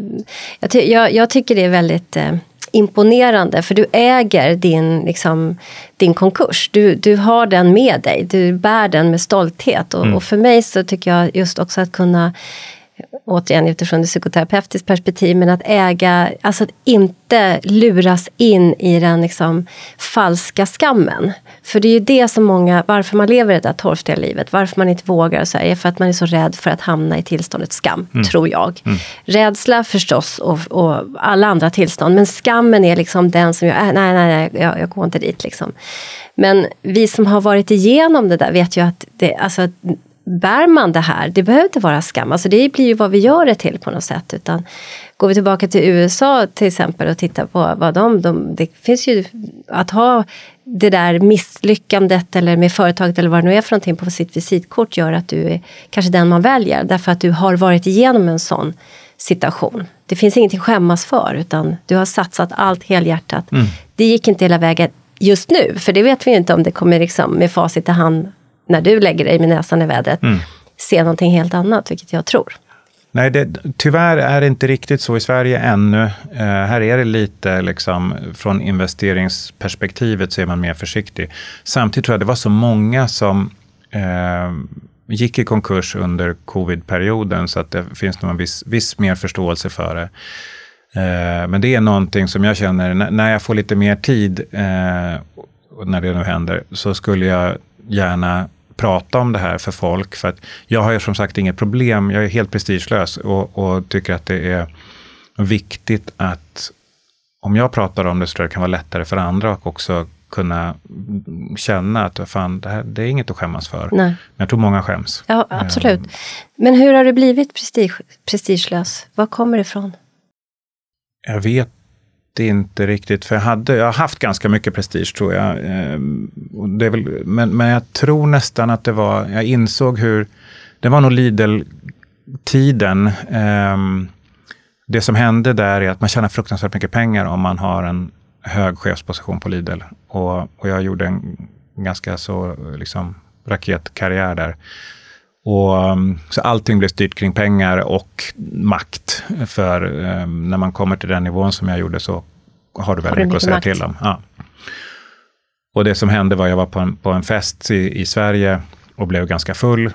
jag, ty, jag, jag tycker det är väldigt eh, imponerande, för du äger din, liksom, din konkurs. Du, du har den med dig. Du bär den med stolthet. Och, mm. och för mig så tycker jag just också att kunna, återigen utifrån det psykoterapeutiska perspektiv, men att äga, alltså att inte luras in i den liksom falska skammen. För det är ju det som många, varför man lever det där torftiga livet, varför man inte vågar och så här, är för att man är så rädd för att hamna i tillståndet skam, mm. tror jag. Mm. Rädsla förstås och, och alla andra tillstånd, men skammen är liksom den som jag, äh, nej, nej, nej, jag, jag går inte dit liksom. Men vi som har varit igenom det där vet ju att det, alltså bär man det här, det behöver inte vara skam. Alltså det blir ju vad vi gör det till på något sätt. Utan går vi tillbaka till U S A till exempel och tittar på vad de, de... Det finns ju att ha det där misslyckandet eller med företaget eller vad det nu är för någonting på sitt visitkort gör att du är kanske den man väljer. Därför att du har varit igenom en sån situation. Det finns ingenting att skämmas för, utan du har satsat allt helhjärtat. Mm. Det gick inte hela vägen just nu, för det vet vi inte om det kommer liksom med facit i hand när du lägger dig med näsan i vädret, mm. se någonting helt annat, vilket jag tror. Nej, det, tyvärr är det inte riktigt så i Sverige ännu. Eh, här är det lite, liksom, från investeringsperspektivet så är man mer försiktig. Samtidigt tror jag det var så många som eh, gick i konkurs under covid-perioden, så att det finns nog en viss, viss mer förståelse för det. Eh, men det är någonting som jag känner, när, när jag får lite mer tid, eh, när det nu händer, så skulle jag gärna prata om det här för folk, för att jag har ju som sagt inget problem, jag är helt prestigelös och, och tycker att det är viktigt att om jag pratar om det så tror jag det kan vara lättare för andra och också kunna känna att fan, det, här, det är inget att skämmas för. Nej. Men jag tror många skäms. Ja, absolut. Men hur har du blivit prestige, prestigelös? Var kommer det ifrån? Jag vet inte riktigt, för jag, hade, jag har haft ganska mycket prestige tror jag. Det är väl, men, men jag tror nästan att det var, jag insåg hur, det var nog Lidl-tiden. Det som hände där är att man tjänar fruktansvärt mycket pengar om man har en hög chefsposition på Lidl. Och, och jag gjorde en ganska så liksom raketkarriär där. Och, så allting blev styrt kring pengar och makt. För um, när man kommer till den nivån som jag gjorde så har du väldigt mycket att säga makt till om. Ja. Och det som hände var att jag var på en, på en fest i, i Sverige och blev ganska full.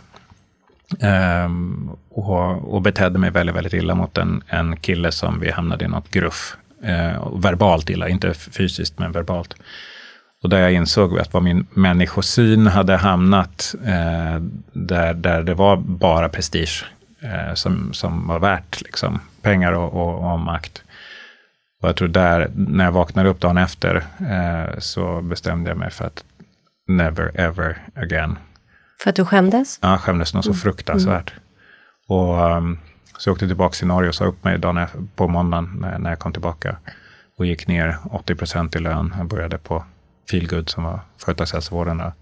Um, och, och betedde mig väldigt, väldigt illa mot en, en kille som vi hamnade i något gruff. Uh, verbalt illa, inte fysiskt men verbalt. Och där jag insåg att vad min människosyn hade hamnat eh, där, där det var bara prestige eh, som, som var värt liksom, pengar och, och, och makt. Och jag tror där, när jag vaknade upp dagen efter eh, så bestämde jag mig för att never ever again. För att du skämdes? Ja, skämdes något så fruktansvärt. Mm. Och um, så jag åkte tillbaka till Norge och sa upp mig dagen på måndagen när, när jag kom tillbaka. Och gick ner åttio procent i lön. Jag började på Feelgood som var företagshälsovården där.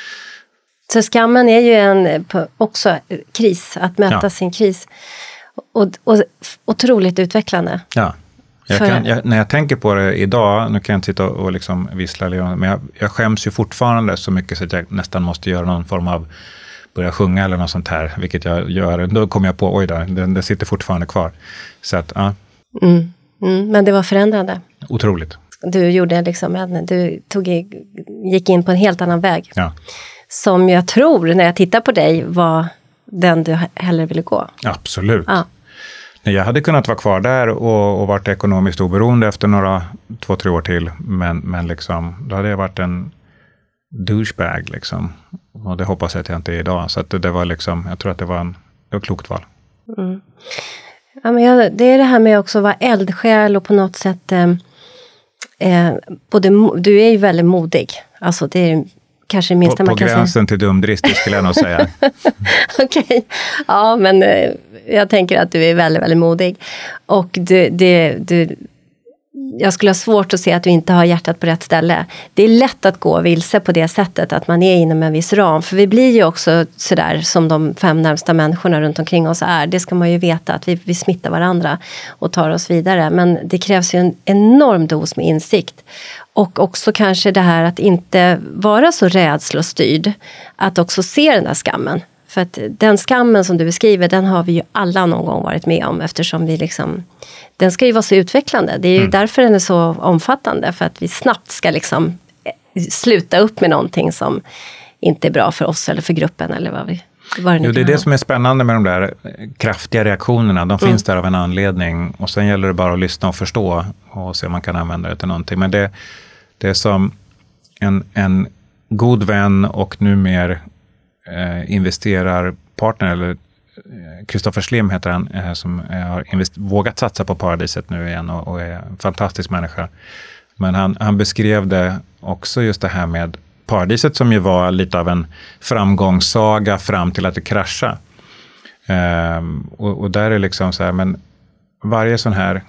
Så skammen är ju en också kris, att möta ja. sin kris. Och, och otroligt utvecklande. Ja, Jag kan, jag, när jag tänker på det idag, nu kan jag inte sitta och, och liksom vissla, men jag, jag skäms ju fortfarande så mycket så att jag nästan måste göra någon form av, börja sjunga eller något sånt här, vilket jag gör. Då kommer jag på, oj då, det, det sitter fortfarande kvar. Så att, ja. Mm. Mm, men det var förändrande. Otroligt. Du gjorde liksom en, du tog, gick in på en helt annan väg. Ja. Som jag tror, när jag tittar på dig, var den du hellre ville gå. Absolut. Ja. Jag hade kunnat vara kvar där och, och varit ekonomiskt oberoende efter några, två, tre år till. Men, men liksom, då hade jag varit en douchebag liksom. Och det hoppas jag att jag inte är idag. Så att det, det var liksom, jag tror att det var en, det var ett klokt val. Mm. Ja, men jag, det är det här med också att vara eldsjäl och på något sätt eh, eh, både, du är ju väldigt modig. Alltså det är kanske det minsta på, man på kan säga. På gränsen till dumdristig skulle jag nog säga. Okej, okay. Ja men eh, jag tänker att du är väldigt, väldigt modig. Och du, det, du, jag skulle ha svårt att se att du inte har hjärtat på rätt ställe. Det är lätt att gå vilse på det sättet, att man är inom en viss ram. För vi blir ju också sådär som de fem närmsta människorna runt omkring oss är. Det ska man ju veta, att vi, vi smittar varandra och tar oss vidare. Men det krävs ju en enorm dos med insikt. Och också kanske det här att inte vara så rädslostyrd. Att också se den där skammen. För att den skammen som du beskriver, den har vi ju alla någon gång varit med om. Eftersom vi liksom, den ska ju vara så utvecklande. Det är ju mm. därför den är så omfattande. För att vi snabbt ska liksom sluta upp med någonting som inte är bra för oss eller för gruppen. Eller vad vi, vad det nu jo, det är det ha. Som är spännande med de där kraftiga reaktionerna. De finns mm. där av en anledning. Och sen gäller det bara att lyssna och förstå. Och se om man kan använda det till någonting. Men det, det är som en, en god vän och numera Eh, investerarpartner, eller Kristoffer Slim heter han, eh, som eh, har invest- vågat satsa på Paradiset nu igen och, och är en fantastisk människa. Men han, han beskrev det också, just det här med Paradiset som ju var lite av en framgångssaga fram till att det kraschade. Eh, och, och där är liksom så här, men varje sån här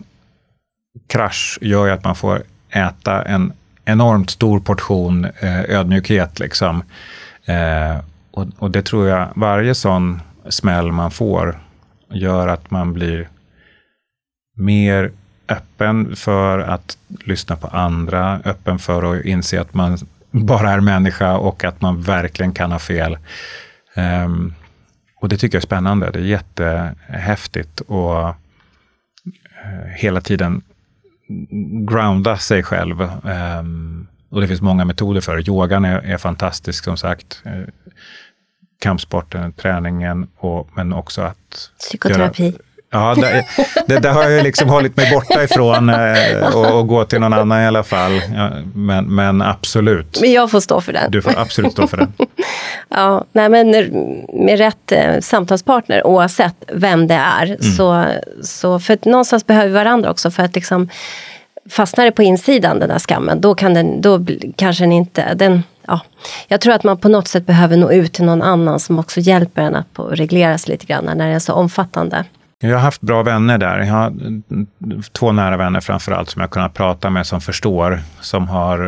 krasch gör ju att man får äta en enormt stor portion eh, ödmjukhet liksom. Eh, Och, och det tror jag, varje sån smäll man får gör att man blir mer öppen för att lyssna på andra, öppen för att inse att man bara är människa och att man verkligen kan ha fel. Um, och det tycker jag är spännande, det är jättehäftigt och uh, hela tiden grounda sig själv. Um, och det finns många metoder för det. Yogan är, är fantastisk som sagt. Kampsporten, träningen, och, men också att... Psykoterapi. Göra, ja, det, det, det har jag liksom hållit mig borta ifrån eh, och, och gå till någon annan i alla fall. Ja, men, men absolut. Men jag får stå för den. Du får absolut stå för den. Ja, nej, men med rätt eh, samtalspartner, oavsett vem det är. Mm. Så, så för att någonstans behöver vi varandra också för att liksom... Fastnar det på insidan, den där skammen, då kan den, då kanske den inte, den, ja. Jag tror att man på något sätt behöver nå ut till någon annan som också hjälper en att regleras lite grann när det är så omfattande. Jag har haft bra vänner där. Jag har två nära vänner framförallt som jag kunnat prata med, som förstår, som har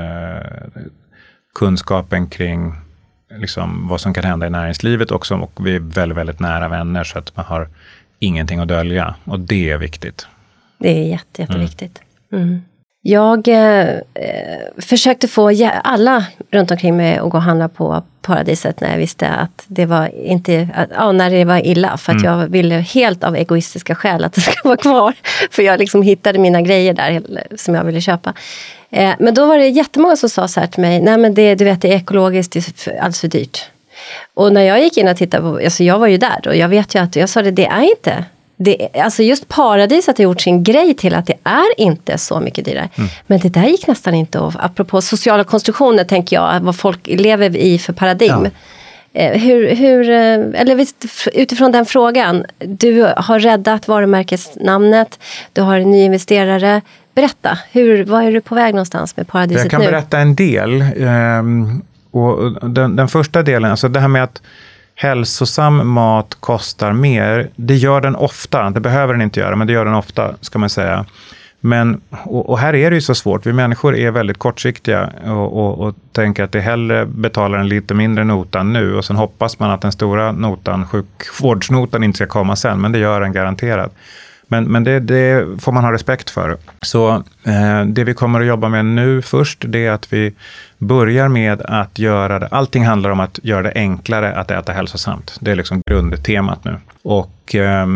eh, kunskapen kring liksom, vad som kan hända i näringslivet också, och vi är väldigt, väldigt nära vänner så att man har ingenting att dölja, och det är viktigt. Det är jätte, jätteviktigt. Mm. Mm. Jag eh, försökte få alla runt omkring mig att gå och handla på Paradiset när jag visste att det var inte, att, ja, när det var illa, för att mm. jag ville helt av egoistiska skäl att det ska vara kvar, för jag liksom hittade mina grejer där som jag ville köpa. Eh, men då var det jättemånga som sa så här till mig, nej men det, du vet, det är ekologiskt, det är för, alldeles för dyrt. Och när jag gick in och tittade på, alltså jag var ju där och jag vet ju att jag sa det, det är inte Det, alltså just Paradiset har gjort sin grej till att det är inte så mycket dyrare. Mm. Men det där gick nästan inte av. Apropå sociala konstruktioner tänker jag, vad folk lever i för paradigm. Ja. Eh, hur, hur, eller utifrån den frågan, du har räddat varumärkesnamnet, du har en ny investerare. Berätta, hur, vad är du på väg någonstans med Paradiset nu? Jag kan nu? berätta en del. Um, och den, den första delen, alltså det här med att hälsosam mat kostar mer, det gör den ofta. Det behöver den inte göra, men det gör den ofta, ska man säga. Men, och, och här är det ju så svårt. Vi människor är väldigt kortsiktiga och, och, och tänker att det hellre betalar en lite mindre notan nu, och sen hoppas man att den stora notan, sjukvårdsnotan, inte ska komma sen, men det gör den garanterat. Men, men det, det får man ha respekt för. Så eh, det vi kommer att jobba med nu först, det är att vi börjar med att göra det. Allting handlar om att göra det enklare att äta hälsosamt. Det är liksom grundtemat nu. Och eh,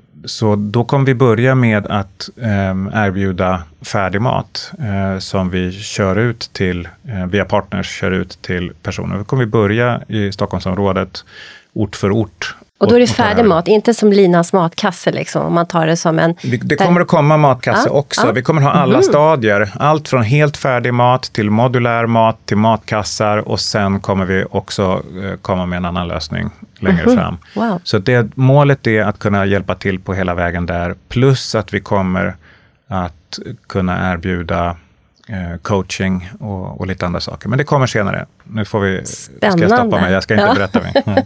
så då kommer vi börja med att eh, erbjuda färdig mat eh, som vi kör ut till, eh, via partners kör ut till personer. Då kommer vi börja i Stockholmsområdet, ort för ort. Och då är det färdig mat, inte som Linas matkasse liksom, om man tar det som en... Det kommer att komma matkasse ah, också. Ah. Vi kommer att ha alla mm. stadier. Allt från helt färdig mat till modulär mat till matkassar. Och sen kommer vi också eh, komma med en annan lösning längre mm. fram. Wow. Så det, målet är att kunna hjälpa till på hela vägen där. Plus att vi kommer att kunna erbjuda eh, coaching och, och lite andra saker. Men det kommer senare. Nu får vi... Spännande. Ska jag stoppa mig? Jag ska inte ja. berätta mig. Mm.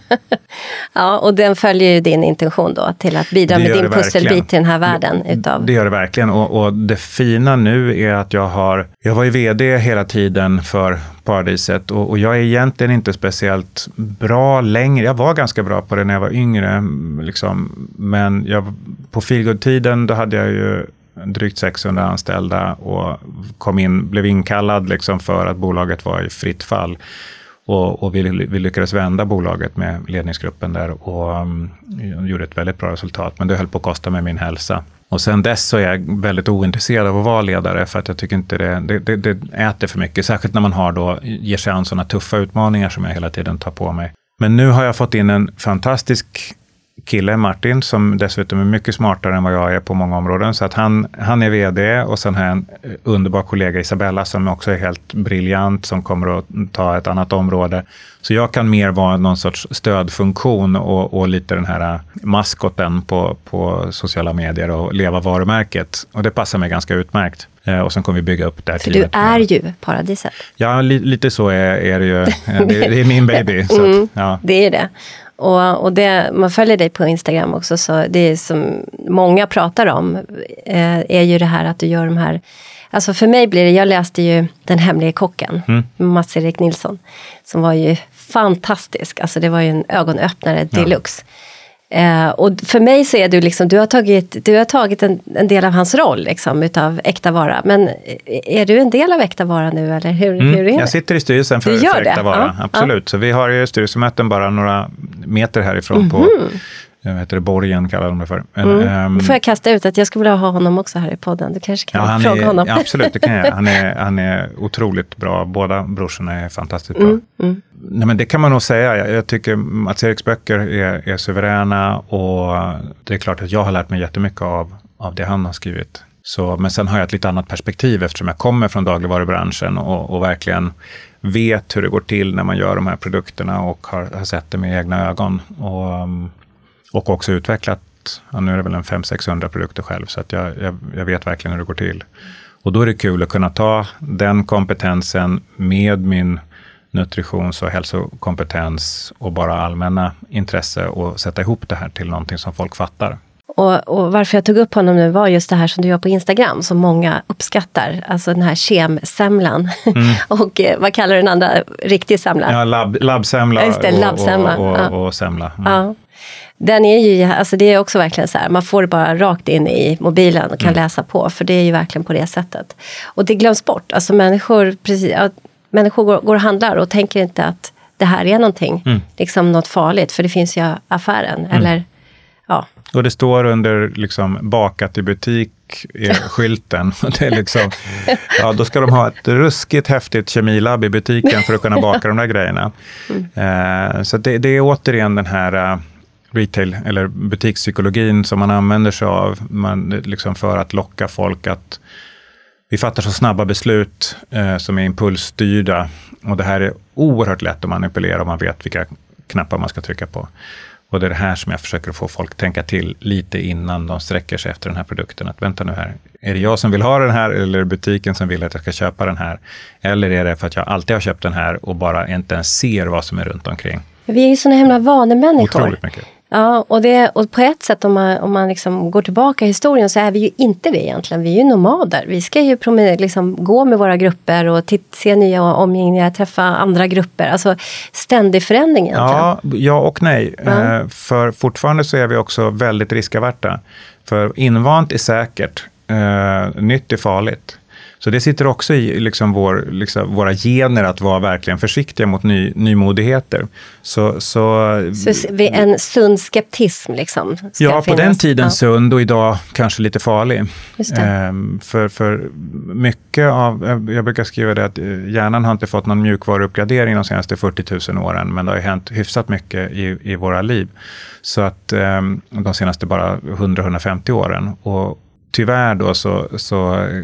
Ja, och den följer ju din intention då till att bidra med din pusselbit till den här världen. Utav... Det gör det verkligen. Och, och det fina nu är att jag har... Jag var ju vd hela tiden för Paradiset och, och jag är egentligen inte speciellt bra längre. Jag var ganska bra på det när jag var yngre. Liksom. Men jag, på Feelgood-tiden då hade jag ju drygt sexhundra anställda och kom in, blev inkallad liksom för att bolaget var i fritt fall. Och, och vi, vi lyckades vända bolaget med ledningsgruppen där och um, gjorde ett väldigt bra resultat. Men det höll på att kosta mig min hälsa. Och sen dess så är jag väldigt ointresserad av att vara ledare för att jag tycker inte det, det, det, det äter för mycket. Särskilt när man har då, ger sig an sådana tuffa utmaningar som jag hela tiden tar på mig. Men nu har jag fått in en fantastisk kille, Martin, som dessutom är mycket smartare än vad jag är på många områden. Så att han, han är vd och sen har jag en underbar kollega Isabella som också är helt briljant, som kommer att ta ett annat område. Så jag kan mer vara någon sorts stödfunktion och, och lite den här maskoten på, på sociala medier och leva varumärket. Och det passar mig ganska utmärkt. Eh, och sen kommer vi bygga upp det här. För du är ju Paradiset. Ja, li, lite så är, är det ju. Det, det är min baby. Så mm, att, ja. Det är det. Och, och det, man följer dig på Instagram också, så det är som många pratar om eh, är ju det här att du gör de här, alltså för mig blir det, jag läste ju Den hemliga kocken, mm. Mats-Erik Nilsson, som var ju fantastisk, alltså det var ju en ögonöppnare deluxe. Ja. Eh, och för mig så är du liksom, du har tagit, du har tagit en, en del av hans roll liksom, utav Äkta Vara. Men är du en del av Äkta Vara nu eller hur, mm, hur är det? Jag sitter i styrelsen för, för Äkta Vara, ja, absolut. Ja. Så vi har ju styrelsemöten bara några meter härifrån mm-hmm. på, jag vet det, Borgen kallar de det för. Men, mm. um, får jag kasta ut att jag skulle vilja ha honom också här i podden. Du kanske kan ja, fråga är, honom. Ja, absolut, det kan jag. Han är, han är otroligt bra. Båda brorsorna är fantastiskt bra. Mm. Mm. Nej, men det kan man nog säga. Jag, jag tycker Mats-Eriks böcker är, är suveräna och det är klart att jag har lärt mig jättemycket av, av det han har skrivit. Så, men sen har jag ett lite annat perspektiv eftersom jag kommer från dagligvarubranschen och, och verkligen vet hur det går till när man gör de här produkterna och har, har sett det med egna ögon. Och, och också utvecklat, ja, nu är det väl en fem sexhundra produkter själv så att jag, jag, jag vet verkligen hur det går till. Och då är det kul att kunna ta den kompetensen med min nutritions- och hälsokompetens och bara allmänna intresse och sätta ihop det här till någonting som folk fattar. Och, och varför jag tog upp honom nu var just det här som du gör på Instagram som många uppskattar. Alltså den här kemsemlan. Mm. och eh, vad kallar du den andra? Riktig semla? Ja, lab, labbsemla just det, och, labbsemla. och, och, ja. och semla. Mm. Ja. Den är ju, alltså det är också verkligen så här, man får det bara rakt in i mobilen och kan mm. läsa på. För det är ju verkligen på det sättet. Och det glöms bort. Alltså människor, precis, ja, människor går, går och handlar och tänker inte att det här är någonting. Mm. Liksom något farligt. För det finns ju affären. Mm. Eller, ja. Och det står under liksom bakat i butik är skylten. Det är liksom, ja, då ska de ha ett ruskigt häftigt kemilabb i butiken för att kunna baka de där grejerna. Mm. Eh, så det, det är återigen den här uh, retail eller butikspsykologin som man använder sig av man, liksom för att locka folk att vi fattar så snabba beslut eh, som är impulsstyrda. Och det här är oerhört lätt att manipulera om man vet vilka knappar man ska trycka på. Och det är det här som jag försöker få folk att tänka till lite innan de sträcker sig efter den här produkten. Att vänta nu här, är det jag som vill ha den här eller är det butiken som vill att jag ska köpa den här? Eller är det för att jag alltid har köpt den här och bara inte ens ser vad som är runt omkring? Vi är ju såna himla vanemänniskor. Otroligt mycket. Ja, och, det, och på ett sätt om man, om man liksom går tillbaka i historien så är vi ju inte det egentligen. Vi är ju nomader. Vi ska ju promenera, liksom, gå med våra grupper och titt, se nya omgivningar, träffa andra grupper. Alltså ständig förändring egentligen. Ja, ja och nej. Ja. Eh, för fortfarande så är vi också väldigt riskaverta. För invant är säkert, eh, nytt är farligt. Så det sitter också i liksom vår, liksom våra gener att vara verkligen försiktiga mot ny, nymodigheter. Så, så, så en sund skeptism liksom? Ska ja, finnas. På den tiden ja. sund och idag kanske lite farlig. Just det. Ehm, för, för mycket av, jag brukar skriva det att hjärnan har inte fått någon mjukvaruuppgradering de senaste fyrtio tusen åren, men det har ju hänt hyfsat mycket i, i våra liv. Så att um, de senaste bara hundra till hundrafemtio åren. Och tyvärr då så, så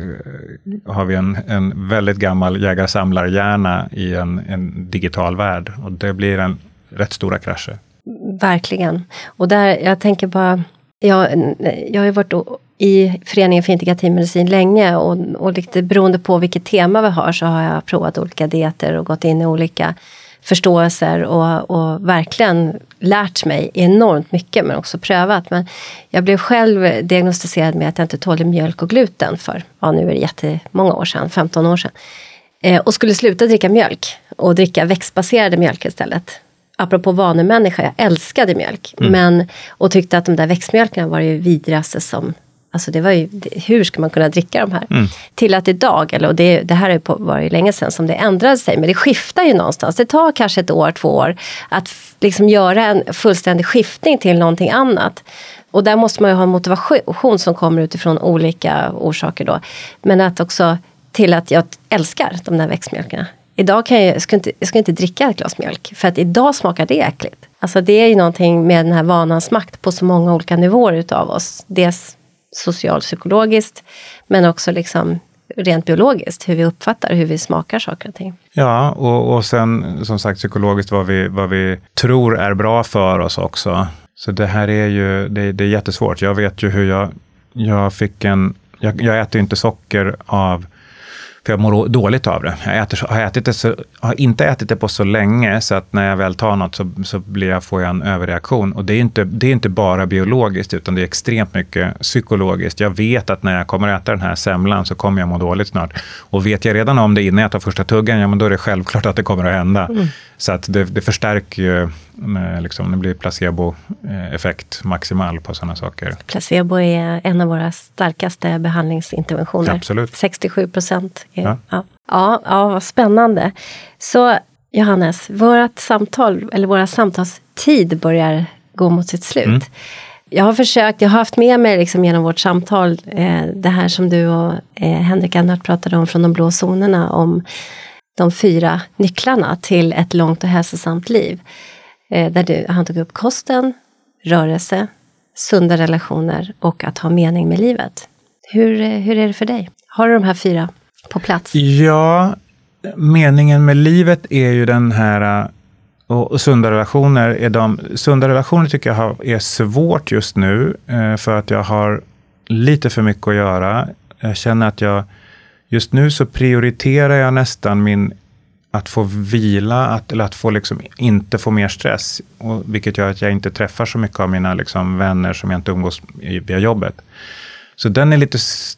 har vi en, en väldigt gammal jägar-samlarhjärna i en, en digital värld. Och det blir en rätt stora krascher. Verkligen. Och där, jag tänker bara, jag, jag har ju varit i Föreningen för integrativ medicin länge och, och lite beroende på vilket tema vi har så har jag provat olika dieter och gått in i olika förståelser och, och verkligen lärt mig enormt mycket men också prövat. Men jag blev själv diagnostiserad med att jag inte tålde mjölk och gluten för, ja nu är det jättemånga år sedan, femton år sedan. Eh, och skulle sluta dricka mjölk och dricka växtbaserade mjölk istället. Apropå vanemänniska, jag älskade mjölk. Mm. Men, och tyckte att de där växtmjölkarna var ju vidraste som, alltså det var ju, hur ska man kunna dricka de här? Mm. Till att idag, eller och det, det här på, var ju länge sedan som det ändrade sig, men det skiftar ju någonstans. Det tar kanske ett år, två år att liksom göra en fullständig skiftning till någonting annat. Och där måste man ju ha en motivation som kommer utifrån olika orsaker då. Men att också till att jag älskar de där växtmjölkarna. Idag kan jag, jag, ska inte, jag ska inte dricka ett glas mjölk. För att idag smakar det äckligt. Alltså det är ju någonting med den här vanans makt på så många olika nivåer utav oss. Dels socialpsykologiskt men också liksom rent biologiskt. Hur vi uppfattar, hur vi smakar saker och ting. Ja, och, och sen som sagt psykologiskt vad vi, vad vi tror är bra för oss också. Så det här är ju, det, det är jättesvårt. Jag vet ju hur jag, jag fick en, jag, jag äter ju inte socker av, för jag mår dåligt av det. Jag äter, har, ätit det så, har inte ätit det på så länge så att när jag väl tar något så, så blir jag, får jag en överreaktion. Och det är, inte, det är inte bara biologiskt utan det är extremt mycket psykologiskt. Jag vet att när jag kommer att äta den här semlan så kommer jag må dåligt snart. Och vet jag redan om det innan jag tar första tuggan, ja men då är det självklart att det kommer att hända. Mm. Så att det, det förstärker ju, liksom, det blir placebo-effekt maximal på sådana saker. Placebo är en av våra starkaste behandlingsinterventioner. Absolut. sextiosju procent. Är, ja. Ja. Ja, ja, vad spännande. Så Johannes, vårat samtal, eller våra samtalstid börjar gå mot sitt slut. Mm. Jag har försökt, jag har haft med mig liksom genom vårt samtal eh, det här som du och eh, Henrik Annart pratade om från de blå zonerna, om de fyra nycklarna till ett långt och hälsosamt liv. Eh, där du, han tog upp kosten, rörelse, sunda relationer och att ha mening med livet. Hur, hur är det för dig? Har du de här fyra på plats? Ja, meningen med livet är ju den här, och, och sunda relationer är de, sunda relationer tycker jag har, är svårt just nu eh, för att jag har lite för mycket att göra. Jag känner att jag, just nu så prioriterar jag nästan min, att få vila, att, eller att få liksom inte få mer stress, och, vilket gör att jag inte träffar så mycket av mina liksom, vänner som jag inte umgås i, via jobbet. Så den är lite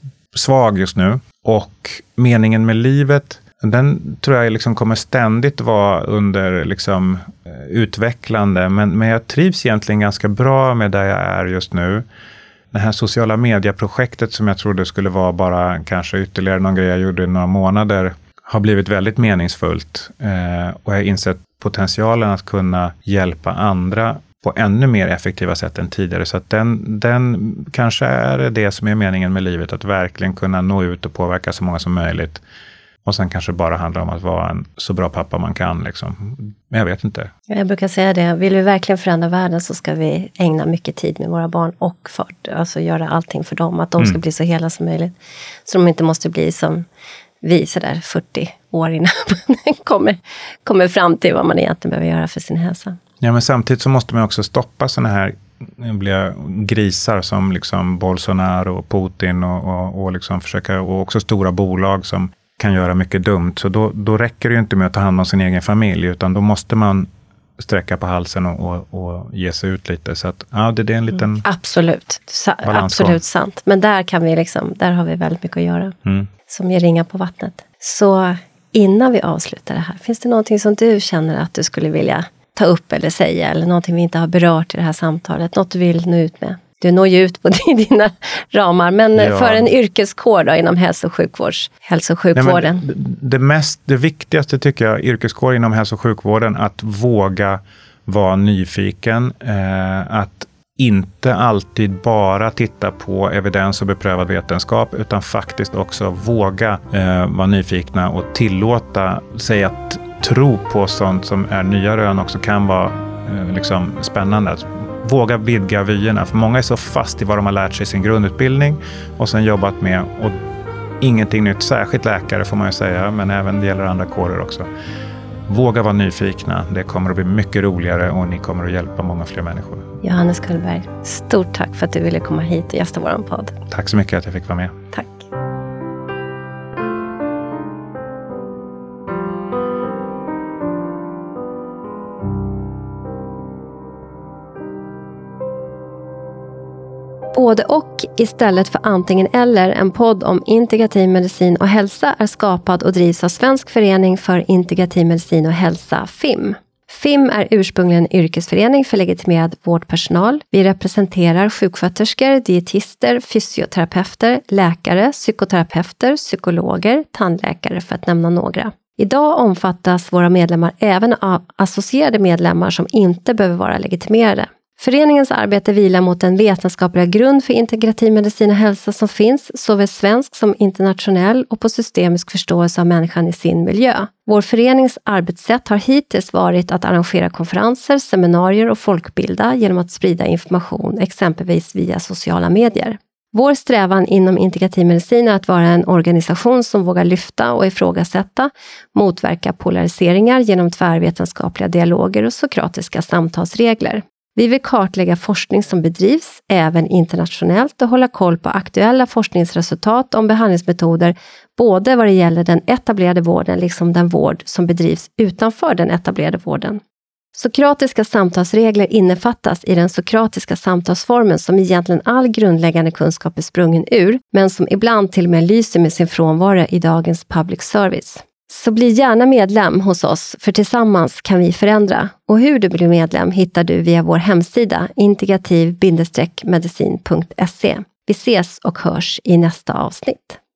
svag just nu. Och meningen med livet, den tror jag liksom kommer ständigt vara under liksom, utvecklande. Men, men jag trivs egentligen ganska bra med där jag är just nu. Det här sociala medieprojektet som jag trodde skulle vara bara kanske ytterligare någon grej jag gjorde i några månader har blivit väldigt meningsfullt. Eh, och jag har insett potentialen att kunna hjälpa andra på ännu mer effektiva sätt än tidigare. Så att den, den kanske är det som är meningen med livet. Att verkligen kunna nå ut och påverka så många som möjligt. Och sen kanske bara handlar om att vara en så bra pappa man kan. Liksom. Men jag vet inte. Jag brukar säga det. Vill vi verkligen förändra världen så ska vi ägna mycket tid med våra barn. Och för, alltså göra allting för dem. Att de ska mm. bli så hela som möjligt. Så de inte måste bli som vi sådär fyrtio år innan man kommer, kommer fram till vad man egentligen behöver göra för sin hälsa. Ja, men samtidigt så måste man också stoppa såna här grisar som liksom Bolsonaro och Putin och, och, och liksom försöka, och också stora bolag som kan göra mycket dumt. Så då, då räcker det ju inte med att ta hand om sin egen familj, utan då måste man sträcka på halsen och, och, och ge sig ut lite. Så att, ja, det, det är en liten mm. Absolut, Sa- balansgång. absolut sant. Men där kan vi liksom, där har vi väldigt mycket att göra. Mm. Som ger ringar på vattnet. Så innan vi avslutar det här, finns det någonting som du känner att du skulle vilja ta upp eller säga? Eller någonting vi inte har berört i det här samtalet? Något du vill nå ut med? Du når ju ut på dina ramar, men ja. För en yrkeskår då, inom hälso- och, sjukvårds, hälso- och sjukvården? Nej, men det, mest, det viktigaste tycker jag, yrkeskår inom hälso- och sjukvården, att våga vara nyfiken. Eh, att inte alltid bara titta på evidens och beprövad vetenskap, utan faktiskt också våga eh, vara nyfikna och tillåta sig att tro på sånt som är nya rön också kan vara eh, liksom spännande. Våga vidga vyerna, för många är så fast i vad de har lärt sig i sin grundutbildning och sen jobbat med, och ingenting nytt, särskilt läkare får man ju säga, men även det gäller andra kårer också. Våga vara nyfikna, det kommer att bli mycket roligare och ni kommer att hjälpa många fler människor. Johannes Kullberg, stort tack för att du ville komma hit och gästa våran podd. Tack så mycket att jag fick vara med. Tack. Både och istället för antingen eller, en podd om integrativ medicin och hälsa är skapad och drivs av Svensk förening för integrativ medicin och hälsa, F I M. F I M är ursprungligen en yrkesförening för legitimerad vårdpersonal. Vi representerar sjuksköterskor, dietister, fysioterapeuter, läkare, psykoterapeuter, psykologer, tandläkare för att nämna några. Idag omfattas våra medlemmar även av associerade medlemmar som inte behöver vara legitimerade. Föreningens arbete vilar mot den vetenskapliga grund för integrativ medicin och hälsa som finns, såväl svensk som internationell, och på systemisk förståelse av människan i sin miljö. Vår förenings arbetssätt har hittills varit att arrangera konferenser, seminarier och folkbilda genom att sprida information, exempelvis via sociala medier. Vår strävan inom integrativ medicin är att vara en organisation som vågar lyfta och ifrågasätta, motverka polariseringar genom tvärvetenskapliga dialoger och sokratiska samtalsregler. Vi vill kartlägga forskning som bedrivs även internationellt och hålla koll på aktuella forskningsresultat om behandlingsmetoder, både vad det gäller den etablerade vården liksom den vård som bedrivs utanför den etablerade vården. Sokratiska samtalsregler innefattas i den sokratiska samtalsformen som egentligen all grundläggande kunskap är sprungen ur, men som ibland till och med lyser med sin frånvaro i dagens public service. Så bli gärna medlem hos oss, för tillsammans kan vi förändra. Och hur du blir medlem hittar du via vår hemsida integrativ medicin punkt se. Vi ses och hörs i nästa avsnitt.